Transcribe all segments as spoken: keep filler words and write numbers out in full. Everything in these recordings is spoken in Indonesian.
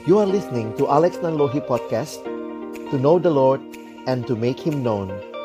You are listening to Alex Nanlohi Podcast, to know the Lord and to make Him known.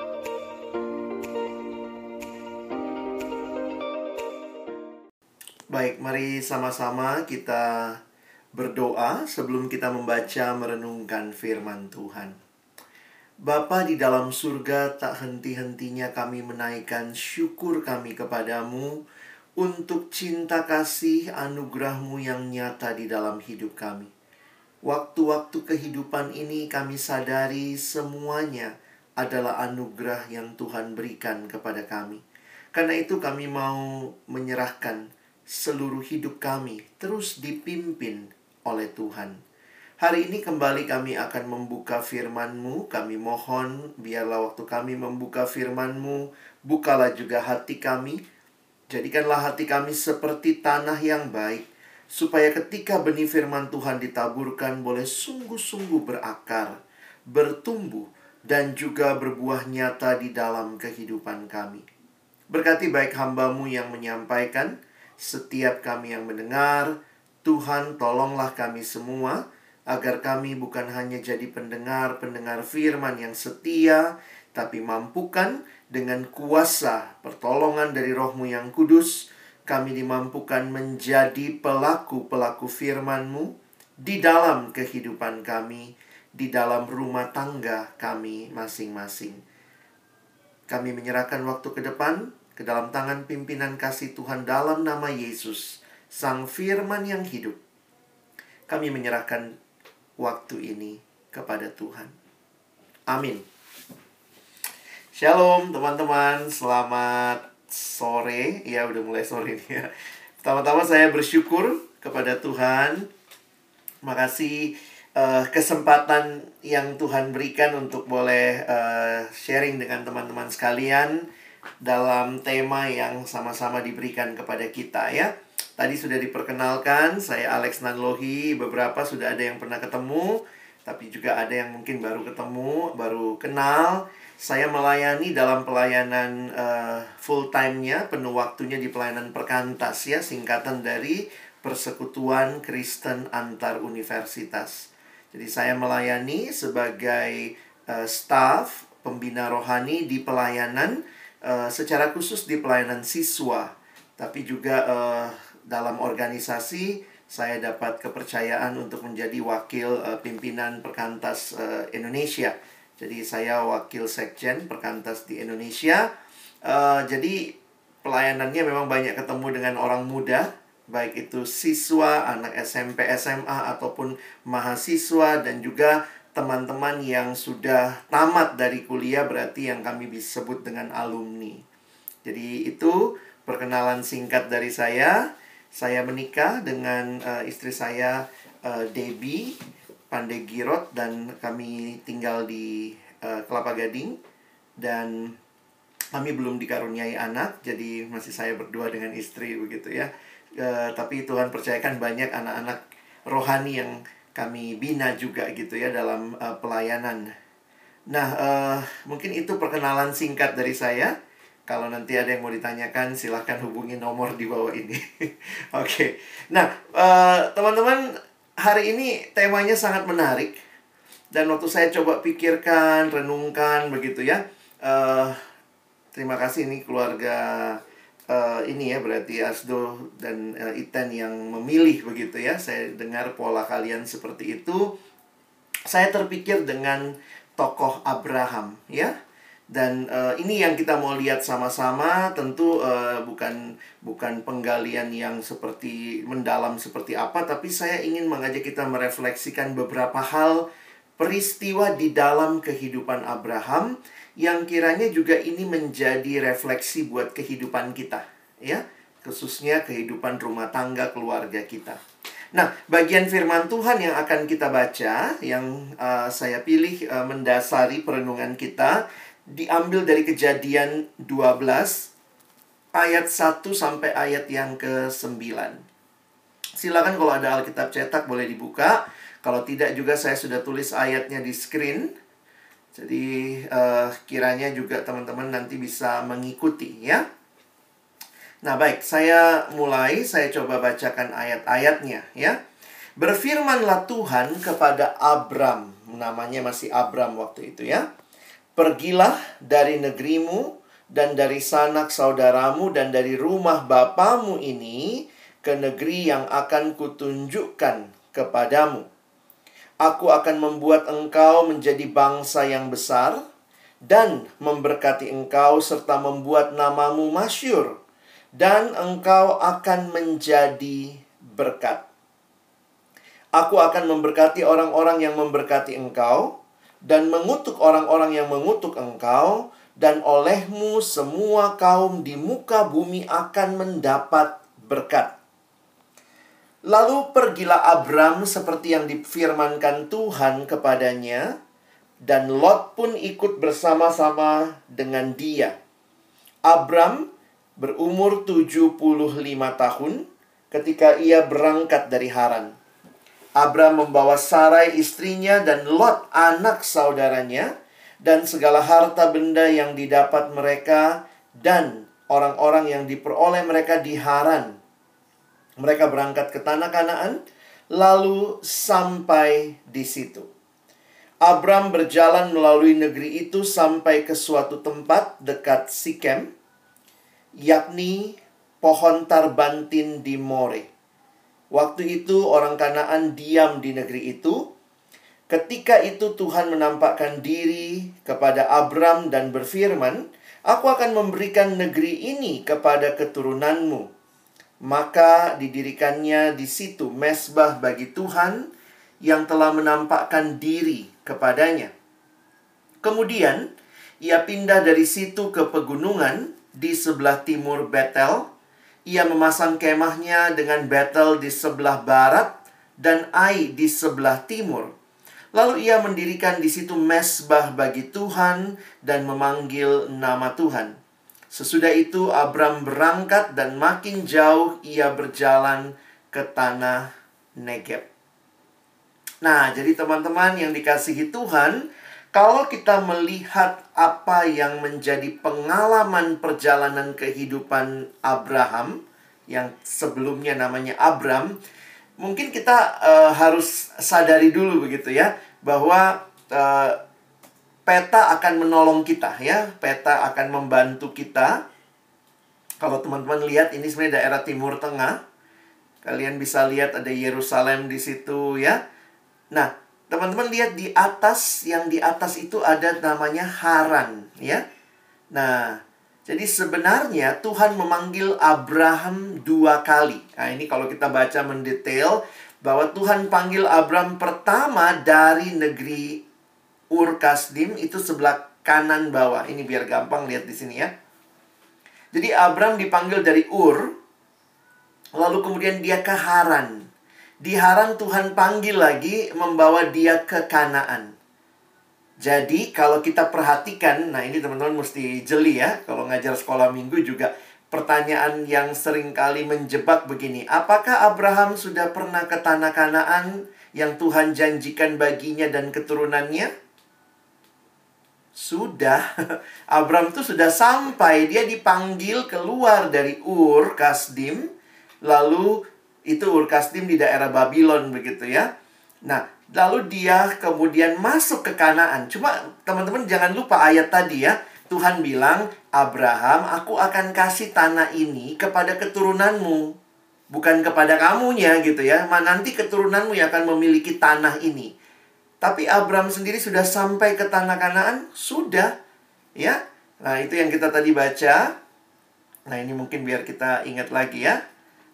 Baik, mari sama-sama kita berdoa sebelum kita membaca merenungkan firman Tuhan. Bapa di dalam surga, tak henti-hentinya kami menaikkan syukur kami kepadamu untuk cinta kasih anugerah-Mu yang nyata di dalam hidup kami. Waktu-waktu kehidupan ini kami sadari semuanya adalah anugerah yang Tuhan berikan kepada kami. Karena itu kami mau menyerahkan seluruh hidup kami terus dipimpin oleh Tuhan. Hari ini kembali kami akan membuka firman-Mu. Kami mohon biarlah waktu kami membuka firman-Mu, bukalah juga hati kami. Jadikanlah hati kami seperti tanah yang baik, supaya ketika benih firman Tuhan ditaburkan boleh sungguh-sungguh berakar, bertumbuh, dan juga berbuah nyata di dalam kehidupan kami. Berkati baik hamba-Mu yang menyampaikan, setiap kami yang mendengar. Tuhan, tolonglah kami semua, agar kami bukan hanya jadi pendengar-pendengar firman yang setia, tapi mampukan dengan kuasa pertolongan dari Roh-Mu yang kudus, kami dimampukan menjadi pelaku-pelaku firman-Mu di dalam kehidupan kami, di dalam rumah tangga kami masing-masing. Kami menyerahkan waktu ke depan ke dalam tangan pimpinan kasih Tuhan dalam nama Yesus, Sang Firman yang hidup. Kami menyerahkan waktu ini kepada Tuhan. Amin. Shalom teman-teman, selamat sore. Ya, udah mulai sore nih ya. Pertama-tama saya bersyukur kepada Tuhan. Makasih uh, kesempatan yang Tuhan berikan untuk boleh uh, sharing dengan teman-teman sekalian dalam tema yang sama-sama diberikan kepada kita ya. Tadi sudah diperkenalkan, saya Alex Nanlohi. Beberapa sudah ada yang pernah ketemu, tapi juga ada yang mungkin baru ketemu, baru kenal. Saya melayani dalam pelayanan uh, full time-nya, penuh waktunya di pelayanan Perkantas ya, singkatan dari Persekutuan Kristen Antar Universitas. Jadi saya melayani sebagai uh, staf pembina rohani di pelayanan, uh, secara khusus di pelayanan siswa. Tapi juga uh, dalam organisasi saya dapat kepercayaan untuk menjadi wakil uh, pimpinan Perkantas uh, Indonesia. Jadi saya wakil sekjen Perkantas di Indonesia. uh, Jadi pelayanannya memang banyak ketemu dengan orang muda, baik itu siswa, anak S M P, S M A, ataupun mahasiswa, dan juga teman-teman yang sudah tamat dari kuliah, berarti yang kami bisa sebut dengan alumni. Jadi itu perkenalan singkat dari saya. Saya menikah dengan uh, istri saya, uh, Debbie Pandegirot, dan kami tinggal di uh, Kelapa Gading. Dan kami belum dikaruniai anak, jadi masih saya berdua dengan istri begitu ya. Uh, tapi Tuhan percayakan banyak anak-anak rohani yang kami bina juga gitu ya dalam uh, pelayanan. Nah, uh, mungkin itu perkenalan singkat dari saya. Kalau nanti ada yang mau ditanyakan, silahkan hubungi nomor di bawah ini. Oke, okay. Nah uh, teman-teman, hari ini temanya sangat menarik. Dan waktu saya coba pikirkan, renungkan begitu ya, uh, terima kasih nih keluarga uh, ini ya, berarti Asdo dan uh, Iten yang memilih begitu ya. Saya dengar pola kalian seperti itu. Saya terpikir dengan tokoh Abraham ya. Dan uh, ini yang kita mau lihat sama-sama. Tentu uh, bukan bukan penggalian yang seperti mendalam seperti apa, tapi saya ingin mengajak kita merefleksikan beberapa hal peristiwa di dalam kehidupan Abraham yang kiranya juga ini menjadi refleksi buat kehidupan kita ya, khususnya kehidupan rumah tangga keluarga kita. Nah, bagian firman Tuhan yang akan kita baca, yang uh, saya pilih uh, mendasari perenungan kita, diambil dari Kejadian dua belas ayat satu sampai ayat yang ke sembilan. Silakan kalau ada Alkitab cetak boleh dibuka. Kalau tidak juga saya sudah tulis ayatnya di screen. Jadi uh, kiranya juga teman-teman nanti bisa mengikuti ya. Nah baik, saya mulai, saya coba bacakan ayat-ayatnya ya. Berfirmanlah Tuhan kepada Abram, namanya masih Abram waktu itu ya. Pergilah dari negerimu dan dari sanak saudaramu dan dari rumah bapamu ini ke negeri yang akan kutunjukkan kepadamu. Aku akan membuat engkau menjadi bangsa yang besar dan memberkati engkau serta membuat namamu masyhur, dan engkau akan menjadi berkat. Aku akan memberkati orang-orang yang memberkati engkau, dan mengutuk orang-orang yang mengutuk engkau, dan olehmu semua kaum di muka bumi akan mendapat berkat. Lalu pergilah Abram seperti yang difirmankan Tuhan kepadanya, dan Lot pun ikut bersama-sama dengan dia. Abram berumur tujuh puluh lima tahun ketika ia berangkat dari Haran. Abram membawa Sarai istrinya dan Lot anak saudaranya dan segala harta benda yang didapat mereka dan orang-orang yang diperoleh mereka di Haran. Mereka berangkat ke tanah Kanaan lalu sampai di situ. Abram berjalan melalui negeri itu sampai ke suatu tempat dekat Sikem, yakni pohon tarbantin di More. Waktu itu orang Kanaan diam di negeri itu. Ketika itu Tuhan menampakkan diri kepada Abram dan berfirman, "Aku akan memberikan negeri ini kepada keturunanmu." Maka didirikannya di situ mezbah bagi Tuhan yang telah menampakkan diri kepadanya. Kemudian ia pindah dari situ ke pegunungan di sebelah timur Betel. Ia memasang kemahnya dengan Betel di sebelah barat dan Ai di sebelah timur. Lalu ia mendirikan di situ mezbah bagi Tuhan dan memanggil nama Tuhan. Sesudah itu Abram berangkat dan makin jauh ia berjalan ke tanah Negeb. Nah, jadi teman-teman yang dikasihi Tuhan, kalau kita melihat apa yang menjadi pengalaman perjalanan kehidupan Abraham, yang sebelumnya namanya Abram, mungkin kita uh, harus sadari dulu begitu ya, bahwa uh, peta akan menolong kita ya, peta akan membantu kita. Kalau teman-teman lihat, ini sebenarnya daerah Timur Tengah. Kalian bisa lihat ada Yerusalem di situ ya. Nah, teman-teman lihat di atas, yang di atas itu ada namanya Haran, ya. Nah, jadi sebenarnya Tuhan memanggil Abraham dua kali. Nah, ini kalau kita baca mendetail, bahwa Tuhan panggil Abraham pertama dari negeri Ur Kasdim, itu sebelah kanan bawah. Ini biar gampang lihat di sini ya. Jadi Abraham dipanggil dari Ur, lalu kemudian dia ke Haran. Di Haran Tuhan panggil lagi, membawa dia ke Kanaan. Jadi kalau kita perhatikan, nah ini teman-teman mesti jeli ya, kalau ngajar sekolah minggu juga. Pertanyaan yang sering kali menjebak begini, apakah Abraham sudah pernah ke tanah Kanaan yang Tuhan janjikan baginya dan keturunannya? Sudah. Abraham itu sudah sampai, dia dipanggil keluar dari Ur Kasdim, lalu itu Ur Kasdim di daerah Babylon begitu ya. Nah, lalu dia kemudian masuk ke Kanaan. Cuma teman-teman jangan lupa ayat tadi ya. Tuhan bilang, Abraham, aku akan kasih tanah ini kepada keturunanmu. Bukan kepada kamunya gitu ya. Nanti keturunanmu yang akan memiliki tanah ini. Tapi Abraham sendiri sudah sampai ke tanah Kanaan? Sudah. Ya. Nah, itu yang kita tadi baca. Nah, ini mungkin biar kita ingat lagi ya.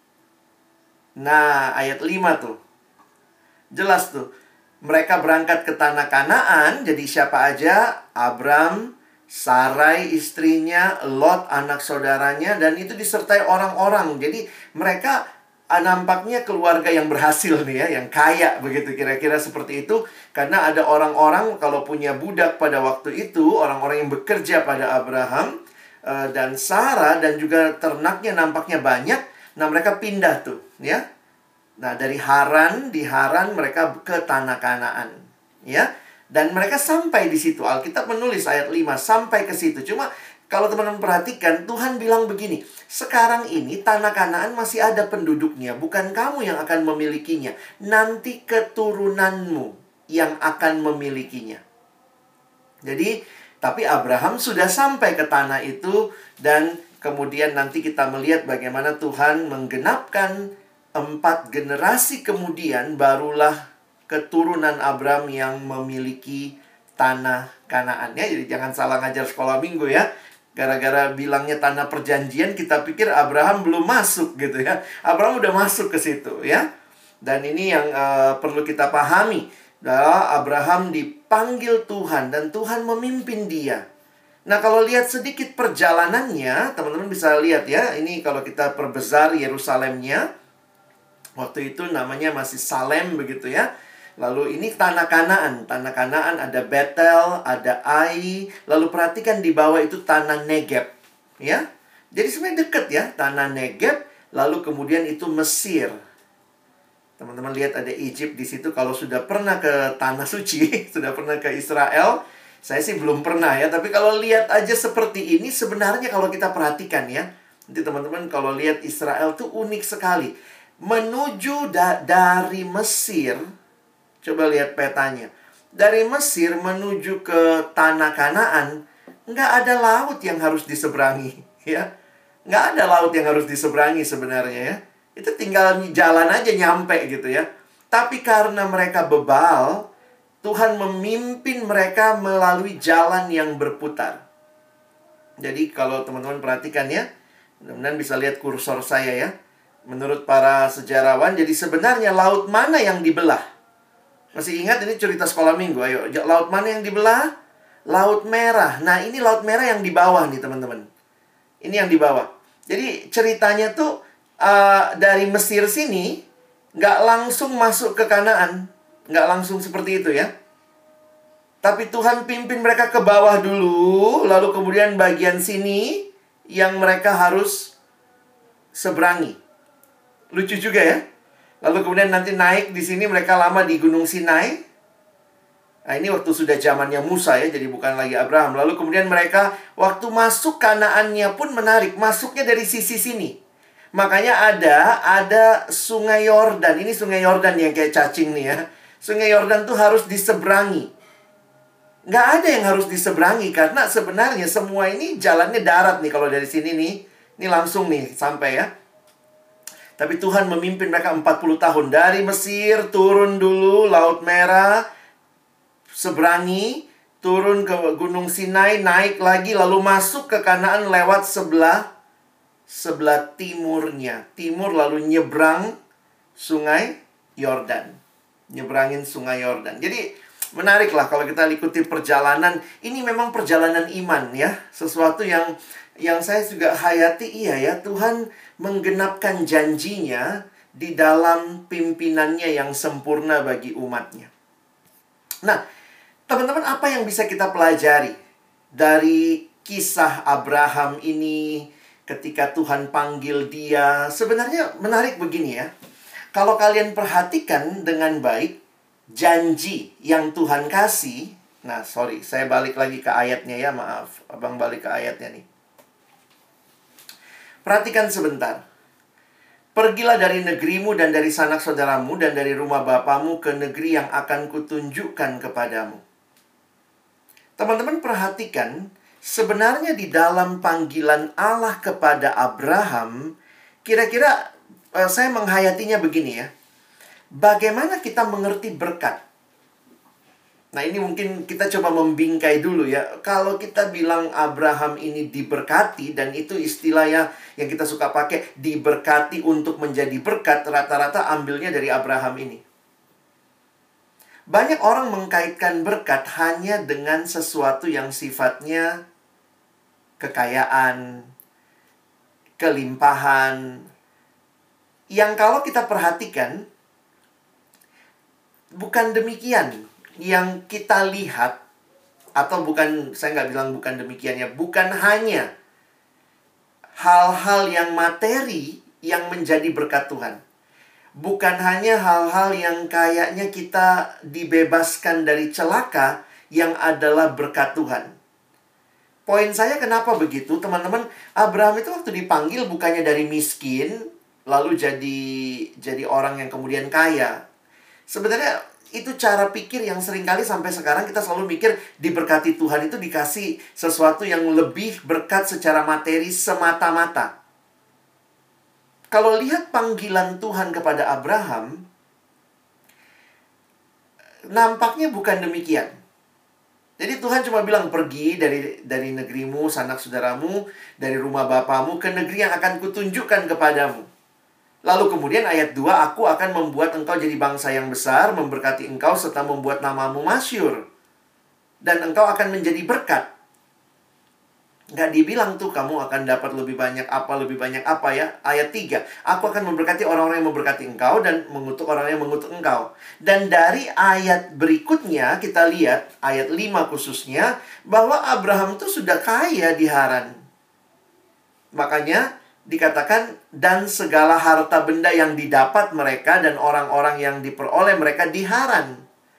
Nah, ayat lima tuh. Jelas tuh. Mereka berangkat ke tanah Kanaan. Jadi siapa aja? Abram, Sarai istrinya, Lot anak saudaranya. Dan itu disertai orang-orang. Jadi mereka nampaknya keluarga yang berhasil nih ya. Yang kaya begitu kira-kira seperti itu. Karena ada orang-orang kalau punya budak pada waktu itu. Orang-orang yang bekerja pada Abraham dan Sarah. Dan juga ternaknya nampaknya banyak. Nah, mereka pindah tuh, ya. Nah, dari Haran, di Haran mereka ke tanah Kanaan, ya. Dan mereka sampai di situ. Alkitab menulis ayat lima, sampai ke situ. Cuma kalau teman-teman perhatikan, Tuhan bilang begini, sekarang ini tanah Kanaan masih ada penduduknya, bukan kamu yang akan memilikinya. Nanti keturunanmu yang akan memilikinya. Jadi, tapi Abraham sudah sampai ke tanah itu, dan kemudian nanti kita melihat bagaimana Tuhan menggenapkan empat generasi kemudian, barulah keturunan Abraham yang memiliki tanah Kanaan. Ya, jadi jangan salah ngajar sekolah minggu ya. Gara-gara bilangnya tanah perjanjian, kita pikir Abraham belum masuk gitu ya. Abraham udah masuk ke situ ya. Dan ini yang uh, perlu kita pahami. Bahwa Abraham dipanggil Tuhan dan Tuhan memimpin dia. Nah, kalau lihat sedikit perjalanannya, teman-teman bisa lihat ya. Ini kalau kita perbesar Yerusalemnya. Waktu itu namanya masih Salem begitu ya. Lalu ini tanah Kanaan. Tanah Kanaan ada Betel, ada Ai. Lalu perhatikan di bawah itu tanah Negeb. Ya. Jadi sebenarnya dekat ya. Tanah Negeb. Lalu kemudian itu Mesir. Teman-teman lihat ada Egypt di situ. Kalau sudah pernah ke Tanah Suci, sudah pernah ke Israel. Saya sih belum pernah ya. Tapi kalau lihat aja seperti ini, sebenarnya kalau kita perhatikan ya. Nanti teman-teman kalau lihat Israel tuh unik sekali. Menuju da dari Mesir. Coba lihat petanya. Dari Mesir menuju ke tanah Kanaan, nggak ada laut yang harus diseberangi, ya. Nggak ada laut yang harus diseberangi sebenarnya, ya. Itu tinggal jalan aja nyampe gitu ya. Tapi karena mereka bebal, Tuhan memimpin mereka melalui jalan yang berputar. Jadi kalau teman-teman perhatikan ya, mudah-mudahan bisa lihat kursor saya ya. Menurut para sejarawan, jadi sebenarnya laut mana yang dibelah? Masih ingat ini cerita sekolah minggu? Ayo, laut mana yang dibelah? Laut Merah. Nah, ini Laut Merah yang di bawah nih, teman-teman. Ini yang di bawah. Jadi, ceritanya tuh uh, dari Mesir sini, nggak langsung masuk ke Kanaan. Nggak langsung seperti itu ya. Tapi Tuhan pimpin mereka ke bawah dulu, lalu kemudian bagian sini yang mereka harus seberangi. Lucu juga ya. Lalu kemudian nanti naik di sini, mereka lama di Gunung Sinai. Nah, ini waktu sudah zamannya Musa ya, jadi bukan lagi Abraham. Lalu kemudian mereka waktu masuk Kanaannya pun menarik, masuknya dari sisi sini. Makanya ada ada Sungai Yordan. Ini Sungai Yordan yang kayak cacing nih ya. Sungai Yordan tuh harus diseberangi. Nggak ada yang harus diseberangi karena sebenarnya semua ini jalannya darat nih kalau dari sini nih. Ini langsung nih sampai ya. Tapi Tuhan memimpin mereka empat puluh tahun. Dari Mesir, turun dulu, Laut Merah, seberangi, turun ke Gunung Sinai, naik lagi, lalu masuk ke Kanaan lewat sebelah, sebelah timurnya. Timur lalu nyebrang Sungai Yordan. Nyebrangin Sungai Yordan. Jadi, menariklah kalau kita ikuti perjalanan. Ini memang perjalanan iman ya. Sesuatu yang yang saya juga hayati, iya ya, Tuhan menggenapkan janjinya di dalam pimpinannya yang sempurna bagi umatnya. Nah, teman-teman, apa yang bisa kita pelajari dari kisah Abraham ini ketika Tuhan panggil dia? Sebenarnya menarik begini ya. Kalau kalian perhatikan dengan baik, janji yang Tuhan kasih. Nah, sorry, saya balik lagi ke ayatnya ya, maaf. Abang balik ke ayatnya nih. Perhatikan sebentar. Pergilah dari negerimu dan dari sanak saudaramu dan dari rumah bapamu ke negeri yang akan kutunjukkan kepadamu. Teman-teman perhatikan, sebenarnya di dalam panggilan Allah kepada Abraham, kira-kira uh, saya menghayatinya begini ya. Bagaimana kita mengerti berkat? Nah, ini mungkin kita coba membingkai dulu ya. Kalau kita bilang Abraham ini diberkati, dan itu istilahnya yang kita suka pakai, diberkati untuk menjadi berkat, rata-rata ambilnya dari Abraham ini. Banyak orang mengkaitkan berkat hanya dengan sesuatu yang sifatnya kekayaan, kelimpahan. Yang kalau kita perhatikan, bukan demikian yang kita lihat. Atau bukan, saya nggak bilang bukan demikian ya, bukan hanya hal-hal yang materi yang menjadi berkat Tuhan. Bukan hanya hal-hal yang kayaknya kita dibebaskan dari celaka yang adalah berkat Tuhan. Poin saya kenapa begitu, teman-teman? Abraham itu waktu dipanggil bukannya dari miskin, lalu jadi jadi orang yang kemudian kaya. Sebenarnya itu cara pikir yang seringkali sampai sekarang kita selalu mikir diberkati Tuhan itu dikasih sesuatu yang lebih berkat secara materi semata-mata. Kalau lihat panggilan Tuhan kepada Abraham, nampaknya bukan demikian. Jadi Tuhan cuma bilang, pergi dari dari negerimu, sanak saudaramu, dari rumah bapamu ke negeri yang akan kutunjukkan kepadamu. Lalu kemudian ayat dua, aku akan membuat engkau jadi bangsa yang besar, memberkati engkau serta membuat namamu masyhur. Dan engkau akan menjadi berkat. Nggak dibilang tuh kamu akan dapat lebih banyak apa, lebih banyak apa ya. Ayat tiga, aku akan memberkati orang-orang yang memberkati engkau dan mengutuk orang yang mengutuk engkau. Dan dari ayat berikutnya kita lihat, ayat lima khususnya, bahwa Abraham tuh sudah kaya di Haran. Makanya dikatakan, dan segala harta benda yang didapat mereka dan orang-orang yang diperoleh mereka di Haran.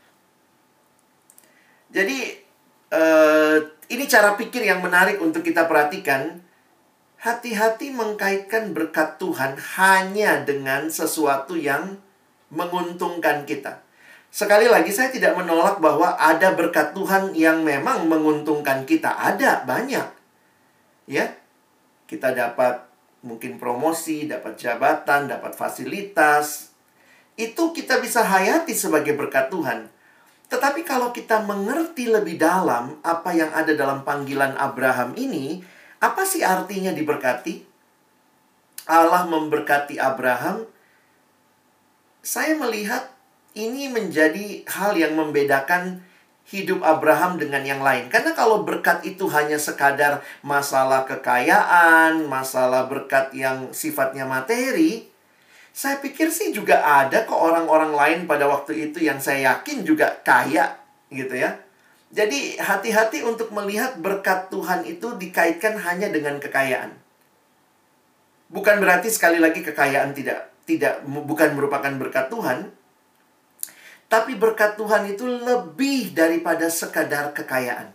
Jadi eh, ini cara pikir yang menarik untuk kita perhatikan. Hati-hati mengkaitkan berkat Tuhan hanya dengan sesuatu yang menguntungkan kita. Sekali lagi, saya tidak menolak bahwa ada berkat Tuhan yang memang menguntungkan kita. Ada, banyak. Ya, kita dapat mungkin promosi, dapat jabatan, dapat fasilitas. Itu kita bisa hayati sebagai berkat Tuhan. Tetapi kalau kita mengerti lebih dalam apa yang ada dalam panggilan Abraham ini, apa sih artinya diberkati? Allah memberkati Abraham. Saya melihat ini menjadi hal yang membedakan hidup Abraham dengan yang lain. Karena kalau berkat itu hanya sekadar masalah kekayaan, masalah berkat yang sifatnya materi, saya pikir sih juga ada kok orang-orang lain pada waktu itu yang saya yakin juga kaya, gitu ya. Jadi hati-hati untuk melihat berkat Tuhan itu dikaitkan hanya dengan kekayaan. Bukan berarti sekali lagi kekayaan tidak tidak bukan merupakan berkat Tuhan. Tapi berkat Tuhan itu lebih daripada sekadar kekayaan.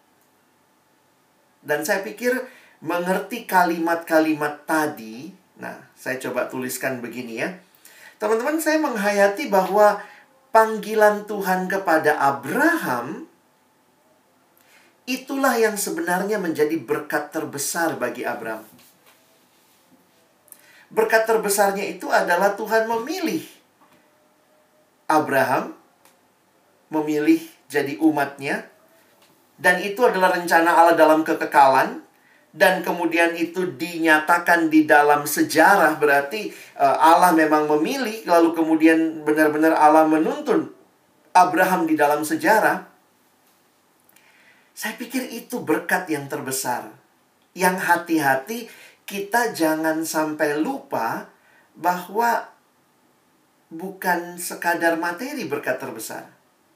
Dan saya pikir mengerti kalimat-kalimat tadi. Nah, saya coba tuliskan begini ya. Teman-teman, saya menghayati bahwa panggilan Tuhan kepada Abraham itulah yang sebenarnya menjadi berkat terbesar bagi Abraham. Berkat terbesarnya itu adalah Tuhan memilih Abraham, memilih jadi umatnya, dan itu adalah rencana Allah dalam kekekalan. Dan kemudian itu dinyatakan di dalam sejarah, berarti uh, Allah memang memilih, lalu kemudian benar-benar Allah menuntun Abraham di dalam sejarah. Saya pikir itu berkat yang terbesar. Yang hati-hati kita jangan sampai lupa bahwa bukan sekadar materi berkat terbesar.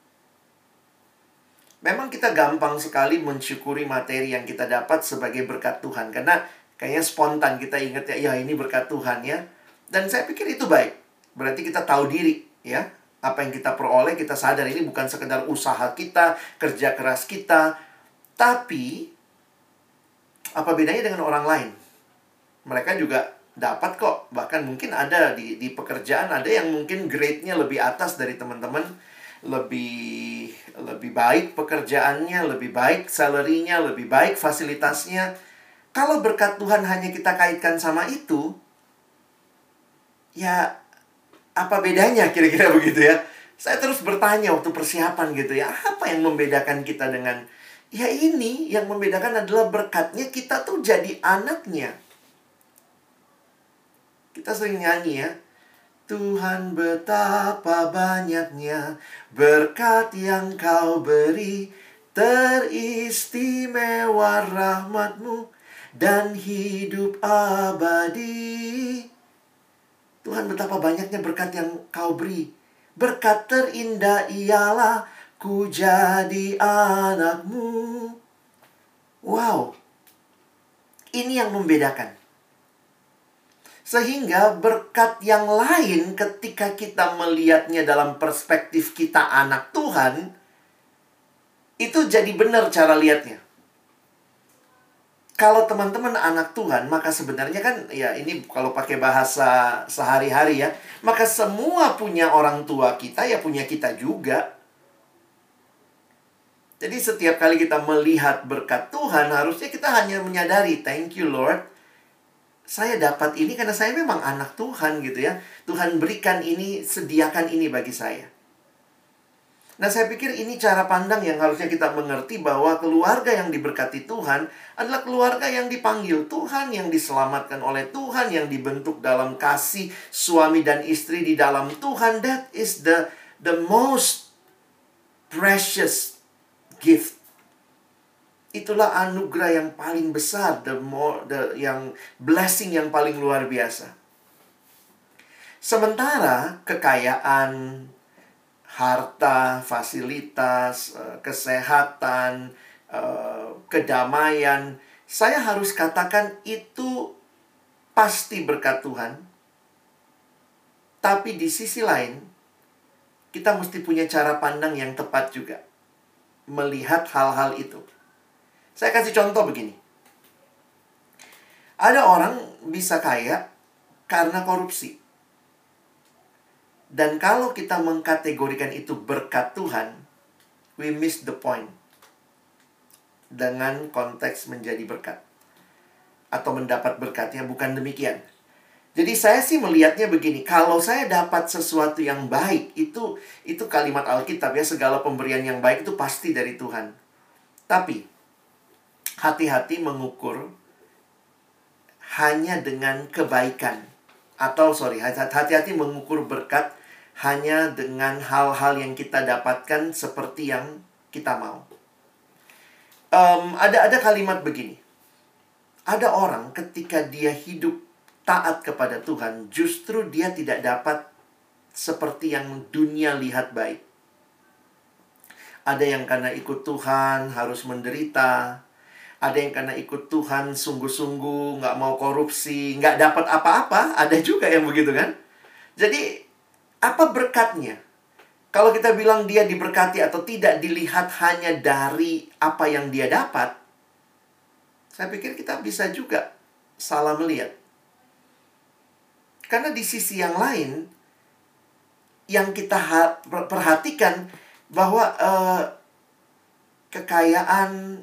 Memang kita gampang sekali mensyukuri materi yang kita dapat sebagai berkat Tuhan. Karena kayaknya spontan kita ingat ya, ya ini berkat Tuhan ya. Dan saya pikir itu baik. Berarti kita tahu diri ya. Apa yang kita peroleh, kita sadar ini bukan sekedar usaha kita, kerja keras kita. Tapi, apa bedanya dengan orang lain? Mereka juga dapat kok. Bahkan mungkin ada di, di pekerjaan, ada yang mungkin grade-nya lebih atas dari teman-teman. Lebih lebih baik pekerjaannya, lebih baik salary-nya, lebih baik fasilitasnya. Kalau berkat Tuhan hanya kita kaitkan sama itu, ya apa bedanya kira-kira begitu ya? Saya terus bertanya waktu persiapan gitu ya, apa yang membedakan kita dengan, ya ini yang membedakan adalah berkatnya kita tuh jadi anaknya. Kita sering nyanyi ya, Tuhan betapa banyaknya berkat yang kau beri, teristimewa rahmat-Mu dan hidup abadi. Tuhan betapa banyaknya berkat yang kau beri. Berkat terindah ialah ku jadi anak-Mu. Wow, ini yang membedakan. Sehingga berkat yang lain ketika kita melihatnya dalam perspektif kita anak Tuhan, itu jadi benar cara lihatnya. kalau teman-teman anak Tuhan, maka sebenarnya kan, ya ini kalau pakai bahasa sehari-hari ya, maka semua punya orang tua kita, ya punya kita juga. Jadi setiap kali kita melihat berkat Tuhan, harusnya kita hanya menyadari, thank you Lord, saya dapat ini karena saya memang anak Tuhan gitu ya. Tuhan berikan ini, sediakan ini bagi saya. Nah, saya pikir ini cara pandang yang harusnya kita mengerti, bahwa keluarga yang diberkati Tuhan adalah keluarga yang dipanggil Tuhan, yang diselamatkan oleh Tuhan, yang dibentuk dalam kasih suami dan istri di dalam Tuhan. That is the the most precious gift. Itulah anugerah yang paling besar, the more the yang blessing yang paling luar biasa. Sementara kekayaan, harta, fasilitas, kesehatan, kedamaian, saya harus katakan itu pasti berkat Tuhan. Tapi di sisi lain, kita mesti punya cara pandang yang tepat juga melihat hal-hal itu. Saya kasih contoh begini. Ada orang bisa kaya karena korupsi. Dan kalau kita mengkategorikan itu berkat Tuhan, we miss the point dengan konteks menjadi berkat atau mendapat berkatnya. Bukan demikian. Jadi saya sih melihatnya begini, kalau saya dapat sesuatu yang baik, itu itu kalimat Alkitab ya, segala pemberian yang baik itu pasti dari Tuhan. Tapi hati-hati mengukur hanya dengan kebaikan. Atau sorry, hati-hati mengukur berkat hanya dengan hal-hal yang kita dapatkan seperti yang kita mau. Um, ada ada kalimat begini. Ada orang ketika dia hidup taat kepada Tuhan, justru dia tidak dapat seperti yang dunia lihat baik. Ada yang karena ikut Tuhan harus menderita. Ada yang karena ikut Tuhan sungguh-sungguh nggak mau korupsi, nggak dapat apa-apa. Ada juga yang begitu kan. Jadi apa berkatnya? Kalau kita bilang dia diberkati atau tidak dilihat hanya dari apa yang dia dapat, saya pikir kita bisa juga salah melihat. Karena di sisi yang lain, yang kita perhatikan bahwa uh, kekayaan,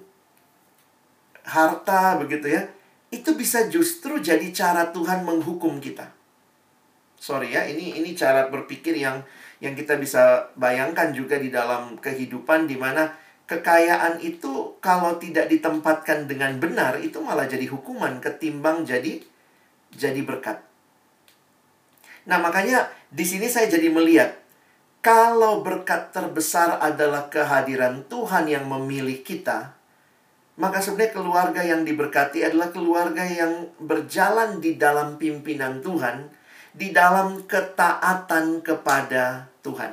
harta begitu ya, itu bisa justru jadi cara Tuhan menghukum kita. Sorry ya, ini ini cara berpikir yang yang kita bisa bayangkan juga di dalam kehidupan, di mana kekayaan itu kalau tidak ditempatkan dengan benar itu malah jadi hukuman ketimbang jadi jadi berkat. Nah, makanya di sini saya jadi melihat kalau berkat terbesar adalah kehadiran Tuhan yang memilih kita, maka sebenarnya keluarga yang diberkati adalah keluarga yang berjalan di dalam pimpinan Tuhan, di dalam ketaatan kepada Tuhan.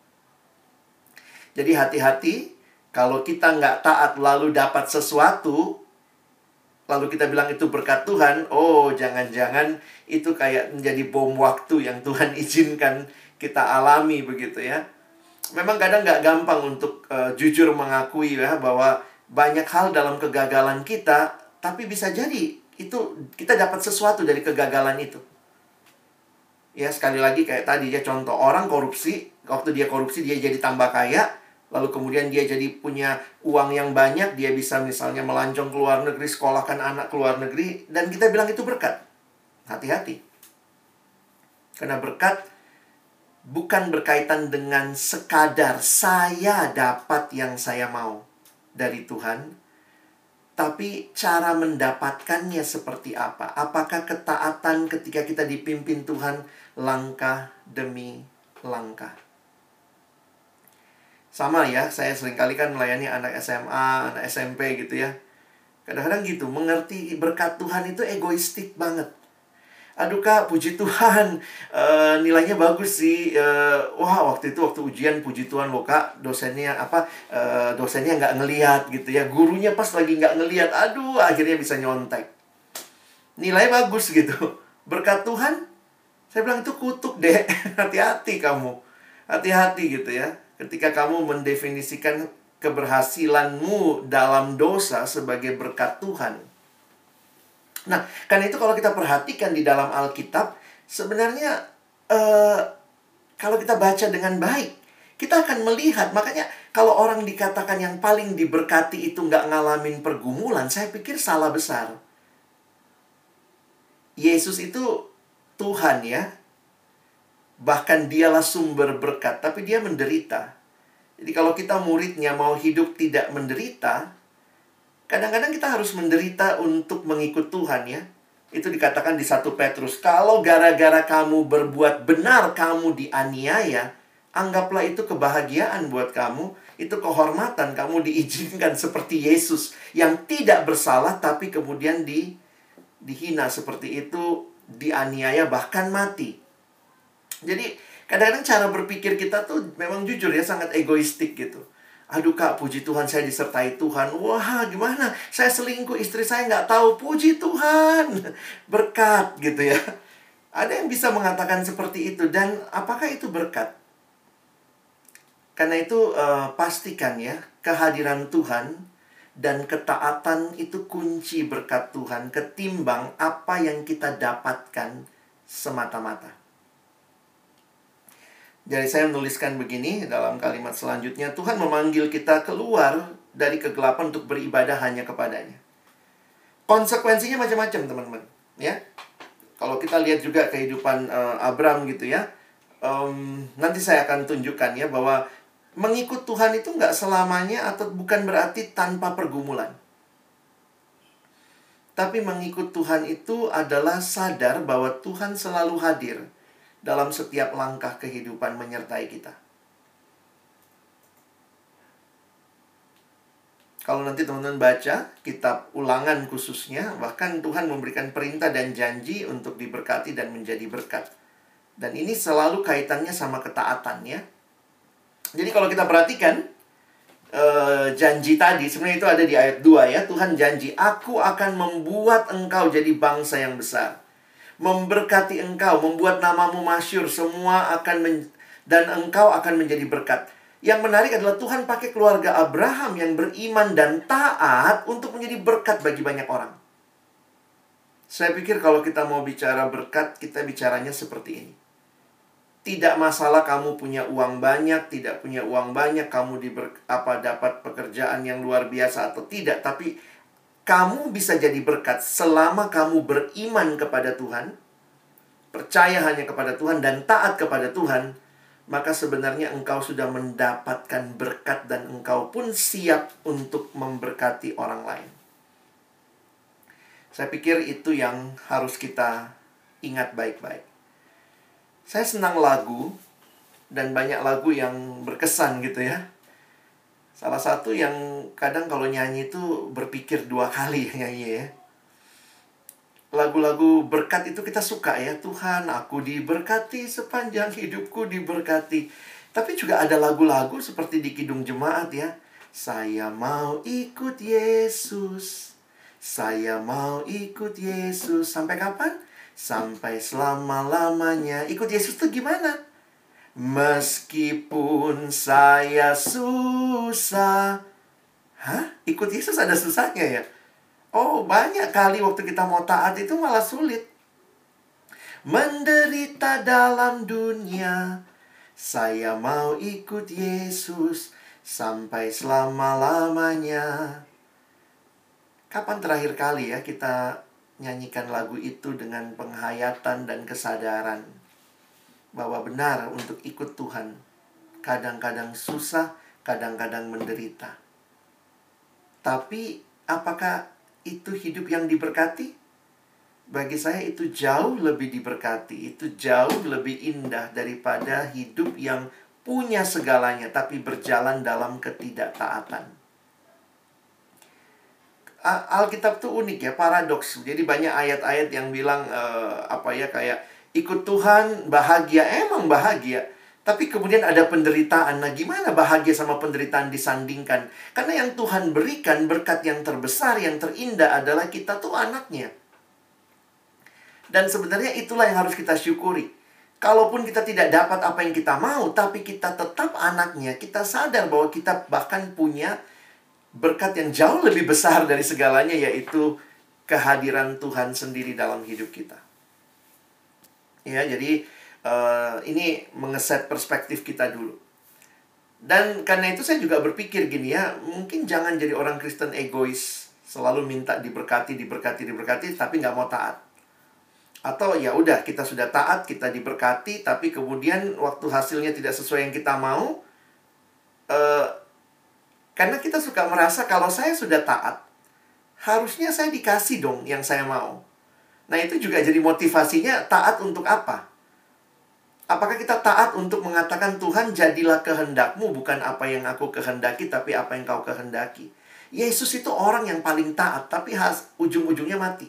Jadi hati-hati, kalau kita nggak taat lalu dapat sesuatu, lalu kita bilang itu berkat Tuhan, oh jangan-jangan itu kayak menjadi bom waktu yang Tuhan izinkan kita alami begitu ya. Memang kadang nggak gampang untuk uh, jujur mengakui ya bahwa banyak hal dalam kegagalan kita, tapi bisa jadi itu kita dapat sesuatu dari kegagalan itu. Ya, sekali lagi kayak tadi ya, contoh orang korupsi, waktu dia korupsi dia jadi tambah kaya, lalu kemudian dia jadi punya uang yang banyak, dia bisa misalnya melancong ke luar negeri, sekolahkan anak ke luar negeri, dan kita bilang itu berkat. Hati-hati. Karena berkat bukan berkaitan dengan sekadar saya dapat yang saya mau dari Tuhan, tapi cara mendapatkannya seperti apa? Apakah ketaatan ketika kita dipimpin Tuhan langkah demi langkah? Sama ya, saya seringkali kan melayani anak S M A, anak S M P gitu ya. Kadang-kadang gitu, mengerti berkat Tuhan itu egoistik banget. Aduh kak, puji Tuhan, uh, nilainya bagus sih. Uh, wah, waktu itu waktu ujian, puji Tuhan loh kak, dosennya apa? Uh, dosennya nggak ngelihat gitu ya. Gurunya pas lagi nggak ngelihat, aduh, akhirnya bisa nyontek. Nilainya bagus gitu. Berkat Tuhan, saya bilang itu kutuk deh. Hati-hati kamu, hati-hati gitu ya. Ketika kamu mendefinisikan keberhasilanmu dalam dosa sebagai berkat Tuhan, Nah, karena itu kalau kita perhatikan di dalam Alkitab, sebenarnya eh, kalau kita baca dengan baik, kita akan melihat. Makanya kalau orang dikatakan yang paling diberkati itu nggak ngalamin pergumulan, saya pikir salah besar. Yesus itu Tuhan ya. Bahkan dialah sumber berkat, tapi dia menderita. Jadi kalau kita muridnya mau hidup tidak menderita, kadang-kadang kita harus menderita untuk mengikut Tuhan ya. Itu dikatakan di satu Petrus, kalau gara-gara kamu berbuat benar kamu dianiaya, anggaplah itu kebahagiaan buat kamu. Itu kehormatan, kamu diizinkan seperti Yesus yang tidak bersalah tapi kemudian di, dihina seperti itu, dianiaya bahkan mati. Jadi kadang-kadang cara berpikir kita tuh memang jujur ya sangat egoistik gitu. Aduh kak, puji Tuhan saya disertai Tuhan. Wah gimana, saya selingkuh, istri saya nggak tahu. Puji Tuhan, berkat gitu ya. Ada yang bisa mengatakan seperti itu. Dan apakah itu berkat? Karena itu uh, pastikan ya, kehadiran Tuhan dan ketaatan itu kunci berkat Tuhan ketimbang apa yang kita dapatkan semata-mata. Jadi saya menuliskan begini dalam kalimat selanjutnya, Tuhan memanggil kita keluar dari kegelapan untuk beribadah hanya kepadanya. Konsekuensinya macam-macam teman-teman ya. Kalau kita lihat juga kehidupan uh, Abram gitu ya, um, nanti saya akan tunjukkan ya bahwa mengikut Tuhan itu nggak selamanya atau bukan berarti tanpa pergumulan. Tapi mengikut Tuhan itu adalah sadar bahwa Tuhan selalu hadir dalam setiap langkah kehidupan menyertai kita. Kalau nanti teman-teman baca kitab Ulangan khususnya, bahkan Tuhan memberikan perintah dan janji untuk diberkati dan menjadi berkat. Dan ini selalu kaitannya sama ketaatan ya. Jadi kalau kita perhatikan uh, janji tadi, sebenarnya itu ada di ayat dua ya. Tuhan janji, aku akan membuat engkau jadi bangsa yang besar, memberkati engkau, membuat namamu masyhur, semua akan men- dan engkau akan menjadi berkat. Yang menarik adalah Tuhan pakai keluarga Abraham yang beriman dan taat untuk menjadi berkat bagi banyak orang. Saya pikir kalau kita mau bicara berkat, kita bicaranya seperti ini. Tidak masalah kamu punya uang banyak, tidak punya uang banyak, kamu diber- apa dapat pekerjaan yang luar biasa atau tidak, tapi kamu bisa jadi berkat selama kamu beriman kepada Tuhan, percaya hanya kepada Tuhan dan taat kepada Tuhan, maka sebenarnya engkau sudah mendapatkan berkat dan engkau pun siap untuk memberkati orang lain. Saya pikir itu yang harus kita ingat baik-baik. Saya senang lagu dan banyak lagu yang berkesan gitu ya. Salah satu yang kadang kalau nyanyi itu berpikir dua kali nyanyi ya. Lagu-lagu berkat itu kita suka ya. Tuhan, aku diberkati sepanjang hidupku diberkati. Tapi juga ada lagu-lagu seperti di Kidung Jemaat ya. Saya mau ikut Yesus. Saya mau ikut Yesus. Sampai kapan? Sampai selama-lamanya. Ikut Yesus tuh gimana? Meskipun saya susah. Hah? Ikut Yesus ada susahnya ya? Oh, banyak kali waktu kita mau taat itu malah sulit. Menderita dalam dunia, saya mau ikut Yesus sampai selama-lamanya. Kapan terakhir kali ya kita nyanyikan lagu itu dengan penghayatan dan kesadaran bahwa benar untuk ikut Tuhan kadang-kadang susah, kadang-kadang menderita. Tapi apakah itu hidup yang diberkati? Bagi saya itu jauh lebih diberkati, itu jauh lebih indah daripada hidup yang punya segalanya tapi berjalan dalam ketidaktaatan. Alkitab tuh unik ya, paradoks. Jadi banyak ayat-ayat yang bilang uh, apa ya kayak ikut Tuhan bahagia, emang bahagia. Tapi kemudian ada penderitaan. Nah, gimana bahagia sama penderitaan disandingkan? Karena yang Tuhan berikan, berkat yang terbesar, yang terindah adalah kita tuh anaknya. Dan sebenarnya itulah yang harus kita syukuri. Kalaupun kita tidak dapat apa yang kita mau, tapi kita tetap anaknya. Kita sadar bahwa kita bahkan punya berkat yang jauh lebih besar dari segalanya, yaitu kehadiran Tuhan sendiri dalam hidup kita. Ya, jadi uh, ini mengeset perspektif kita dulu. Dan karena itu saya juga berpikir gini ya, mungkin jangan jadi orang Kristen egois, selalu minta diberkati, diberkati, diberkati, tapi nggak mau taat. Atau ya udah, kita sudah taat, kita diberkati, tapi kemudian waktu hasilnya tidak sesuai yang kita mau, uh, karena kita suka merasa kalau saya sudah taat, harusnya saya dikasih dong yang saya mau. Nah, itu juga jadi motivasinya, taat untuk apa? Apakah kita taat untuk mengatakan, Tuhan jadilah kehendakmu, bukan apa yang aku kehendaki, tapi apa yang kau kehendaki. Yesus itu orang yang paling taat, tapi has, ujung-ujungnya mati.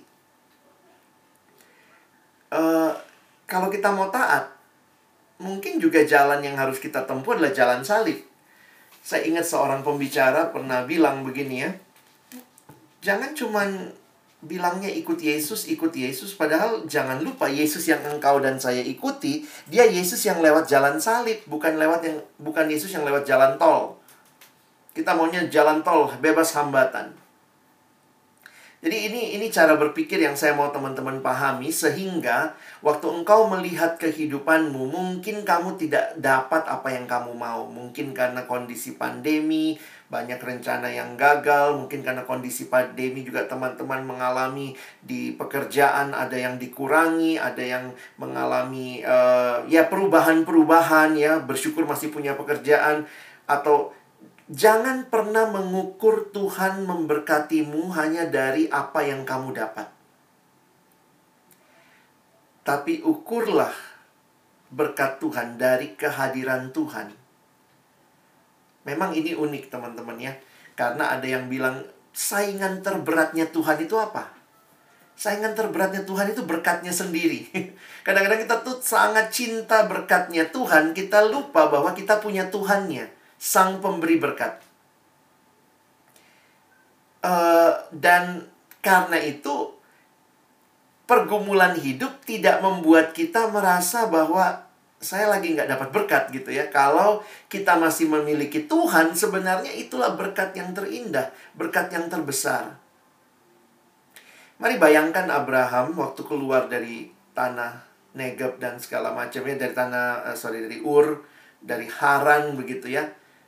Uh, kalau kita mau taat, mungkin juga jalan yang harus kita tempuh adalah jalan salib. Saya ingat seorang pembicara pernah bilang begini ya, jangan cuman bilangnya ikut Yesus, ikut Yesus. Padahal jangan lupa Yesus yang engkau dan saya ikuti, dia Yesus yang lewat jalan salib, bukan lewat yang bukan Yesus yang lewat jalan tol. Kita maunya jalan tol, bebas hambatan. Jadi ini ini cara berpikir yang saya mau teman-teman pahami, sehingga waktu engkau melihat kehidupanmu, mungkin kamu tidak dapat apa yang kamu mau. Mungkin karena kondisi pandemi, banyak rencana yang gagal. Mungkin karena kondisi pandemi juga teman-teman mengalami di pekerjaan, ada yang dikurangi, ada yang mengalami uh, ya perubahan-perubahan ya, bersyukur masih punya pekerjaan. Atau jangan pernah mengukur Tuhan memberkatimu hanya dari apa yang kamu dapat. Tapi ukurlah berkat Tuhan dari kehadiran Tuhan. Memang ini unik teman-teman ya. Karena ada yang bilang saingan terberatnya Tuhan itu apa? Saingan terberatnya Tuhan itu berkatnya sendiri. Kadang-kadang kita tuh sangat cinta berkatnya Tuhan, kita lupa bahwa kita punya Tuhannya, Sang Pemberi berkat. Uh, dan karena itu, pergumulan hidup tidak membuat kita merasa bahwa saya lagi nggak dapat berkat gitu ya. Kalau kita masih memiliki Tuhan, sebenarnya itulah berkat yang terindah, berkat yang terbesar. Mari bayangkan Abraham waktu keluar dari tanah Negeb dan segala macamnya, dari tanah, uh, sorry, dari Ur, dari Haran begitu ya.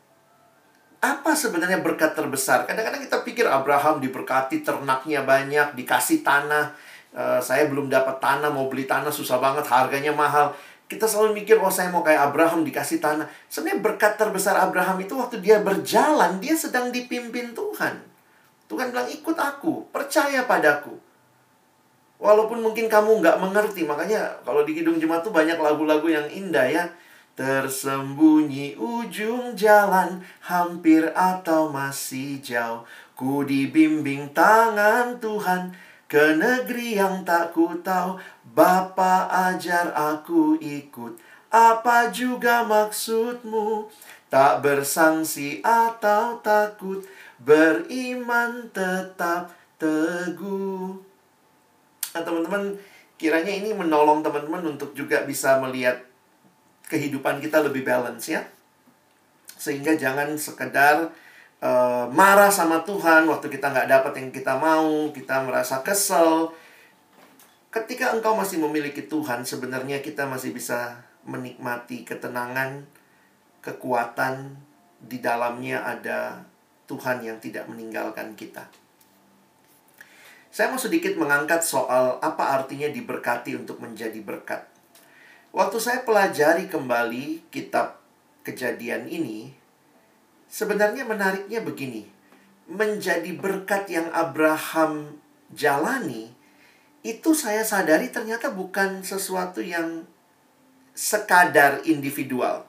Apa sebenarnya berkat terbesar? Kadang-kadang kita pikir Abraham diberkati, ternaknya banyak, dikasih tanah. Uh, saya belum dapat tanah, mau beli tanah susah banget, harganya mahal. Kita selalu mikir, oh saya mau kayak Abraham, dikasih tanah. Sebenarnya berkat terbesar Abraham itu waktu dia berjalan, dia sedang dipimpin Tuhan. Tuhan bilang, ikut aku, percaya padaku. Walaupun mungkin kamu nggak mengerti, makanya kalau di Kidung Jemaat tuh banyak lagu-lagu yang indah ya. Tersembunyi ujung jalan, hampir atau masih jauh, ku dibimbing tangan Tuhan ke negeri yang tak ku tahu. Bapa ajar aku ikut, apa juga maksudmu? Tak bersangsi atau takut, beriman tetap teguh. Nah teman-teman, kiranya ini menolong teman-teman untuk juga bisa melihat kehidupan kita lebih balance ya. Sehingga jangan sekedar uh, marah sama Tuhan waktu kita nggak dapat yang kita mau, kita merasa kesel. Ketika engkau masih memiliki Tuhan, sebenarnya kita masih bisa menikmati ketenangan, kekuatan. Di dalamnya ada Tuhan yang tidak meninggalkan kita. Saya mau sedikit mengangkat soal apa artinya diberkati untuk menjadi berkat. Waktu saya pelajari kembali kitab Kejadian ini, sebenarnya menariknya begini. Menjadi berkat yang Abraham jalani, itu saya sadari ternyata bukan sesuatu yang sekadar individual.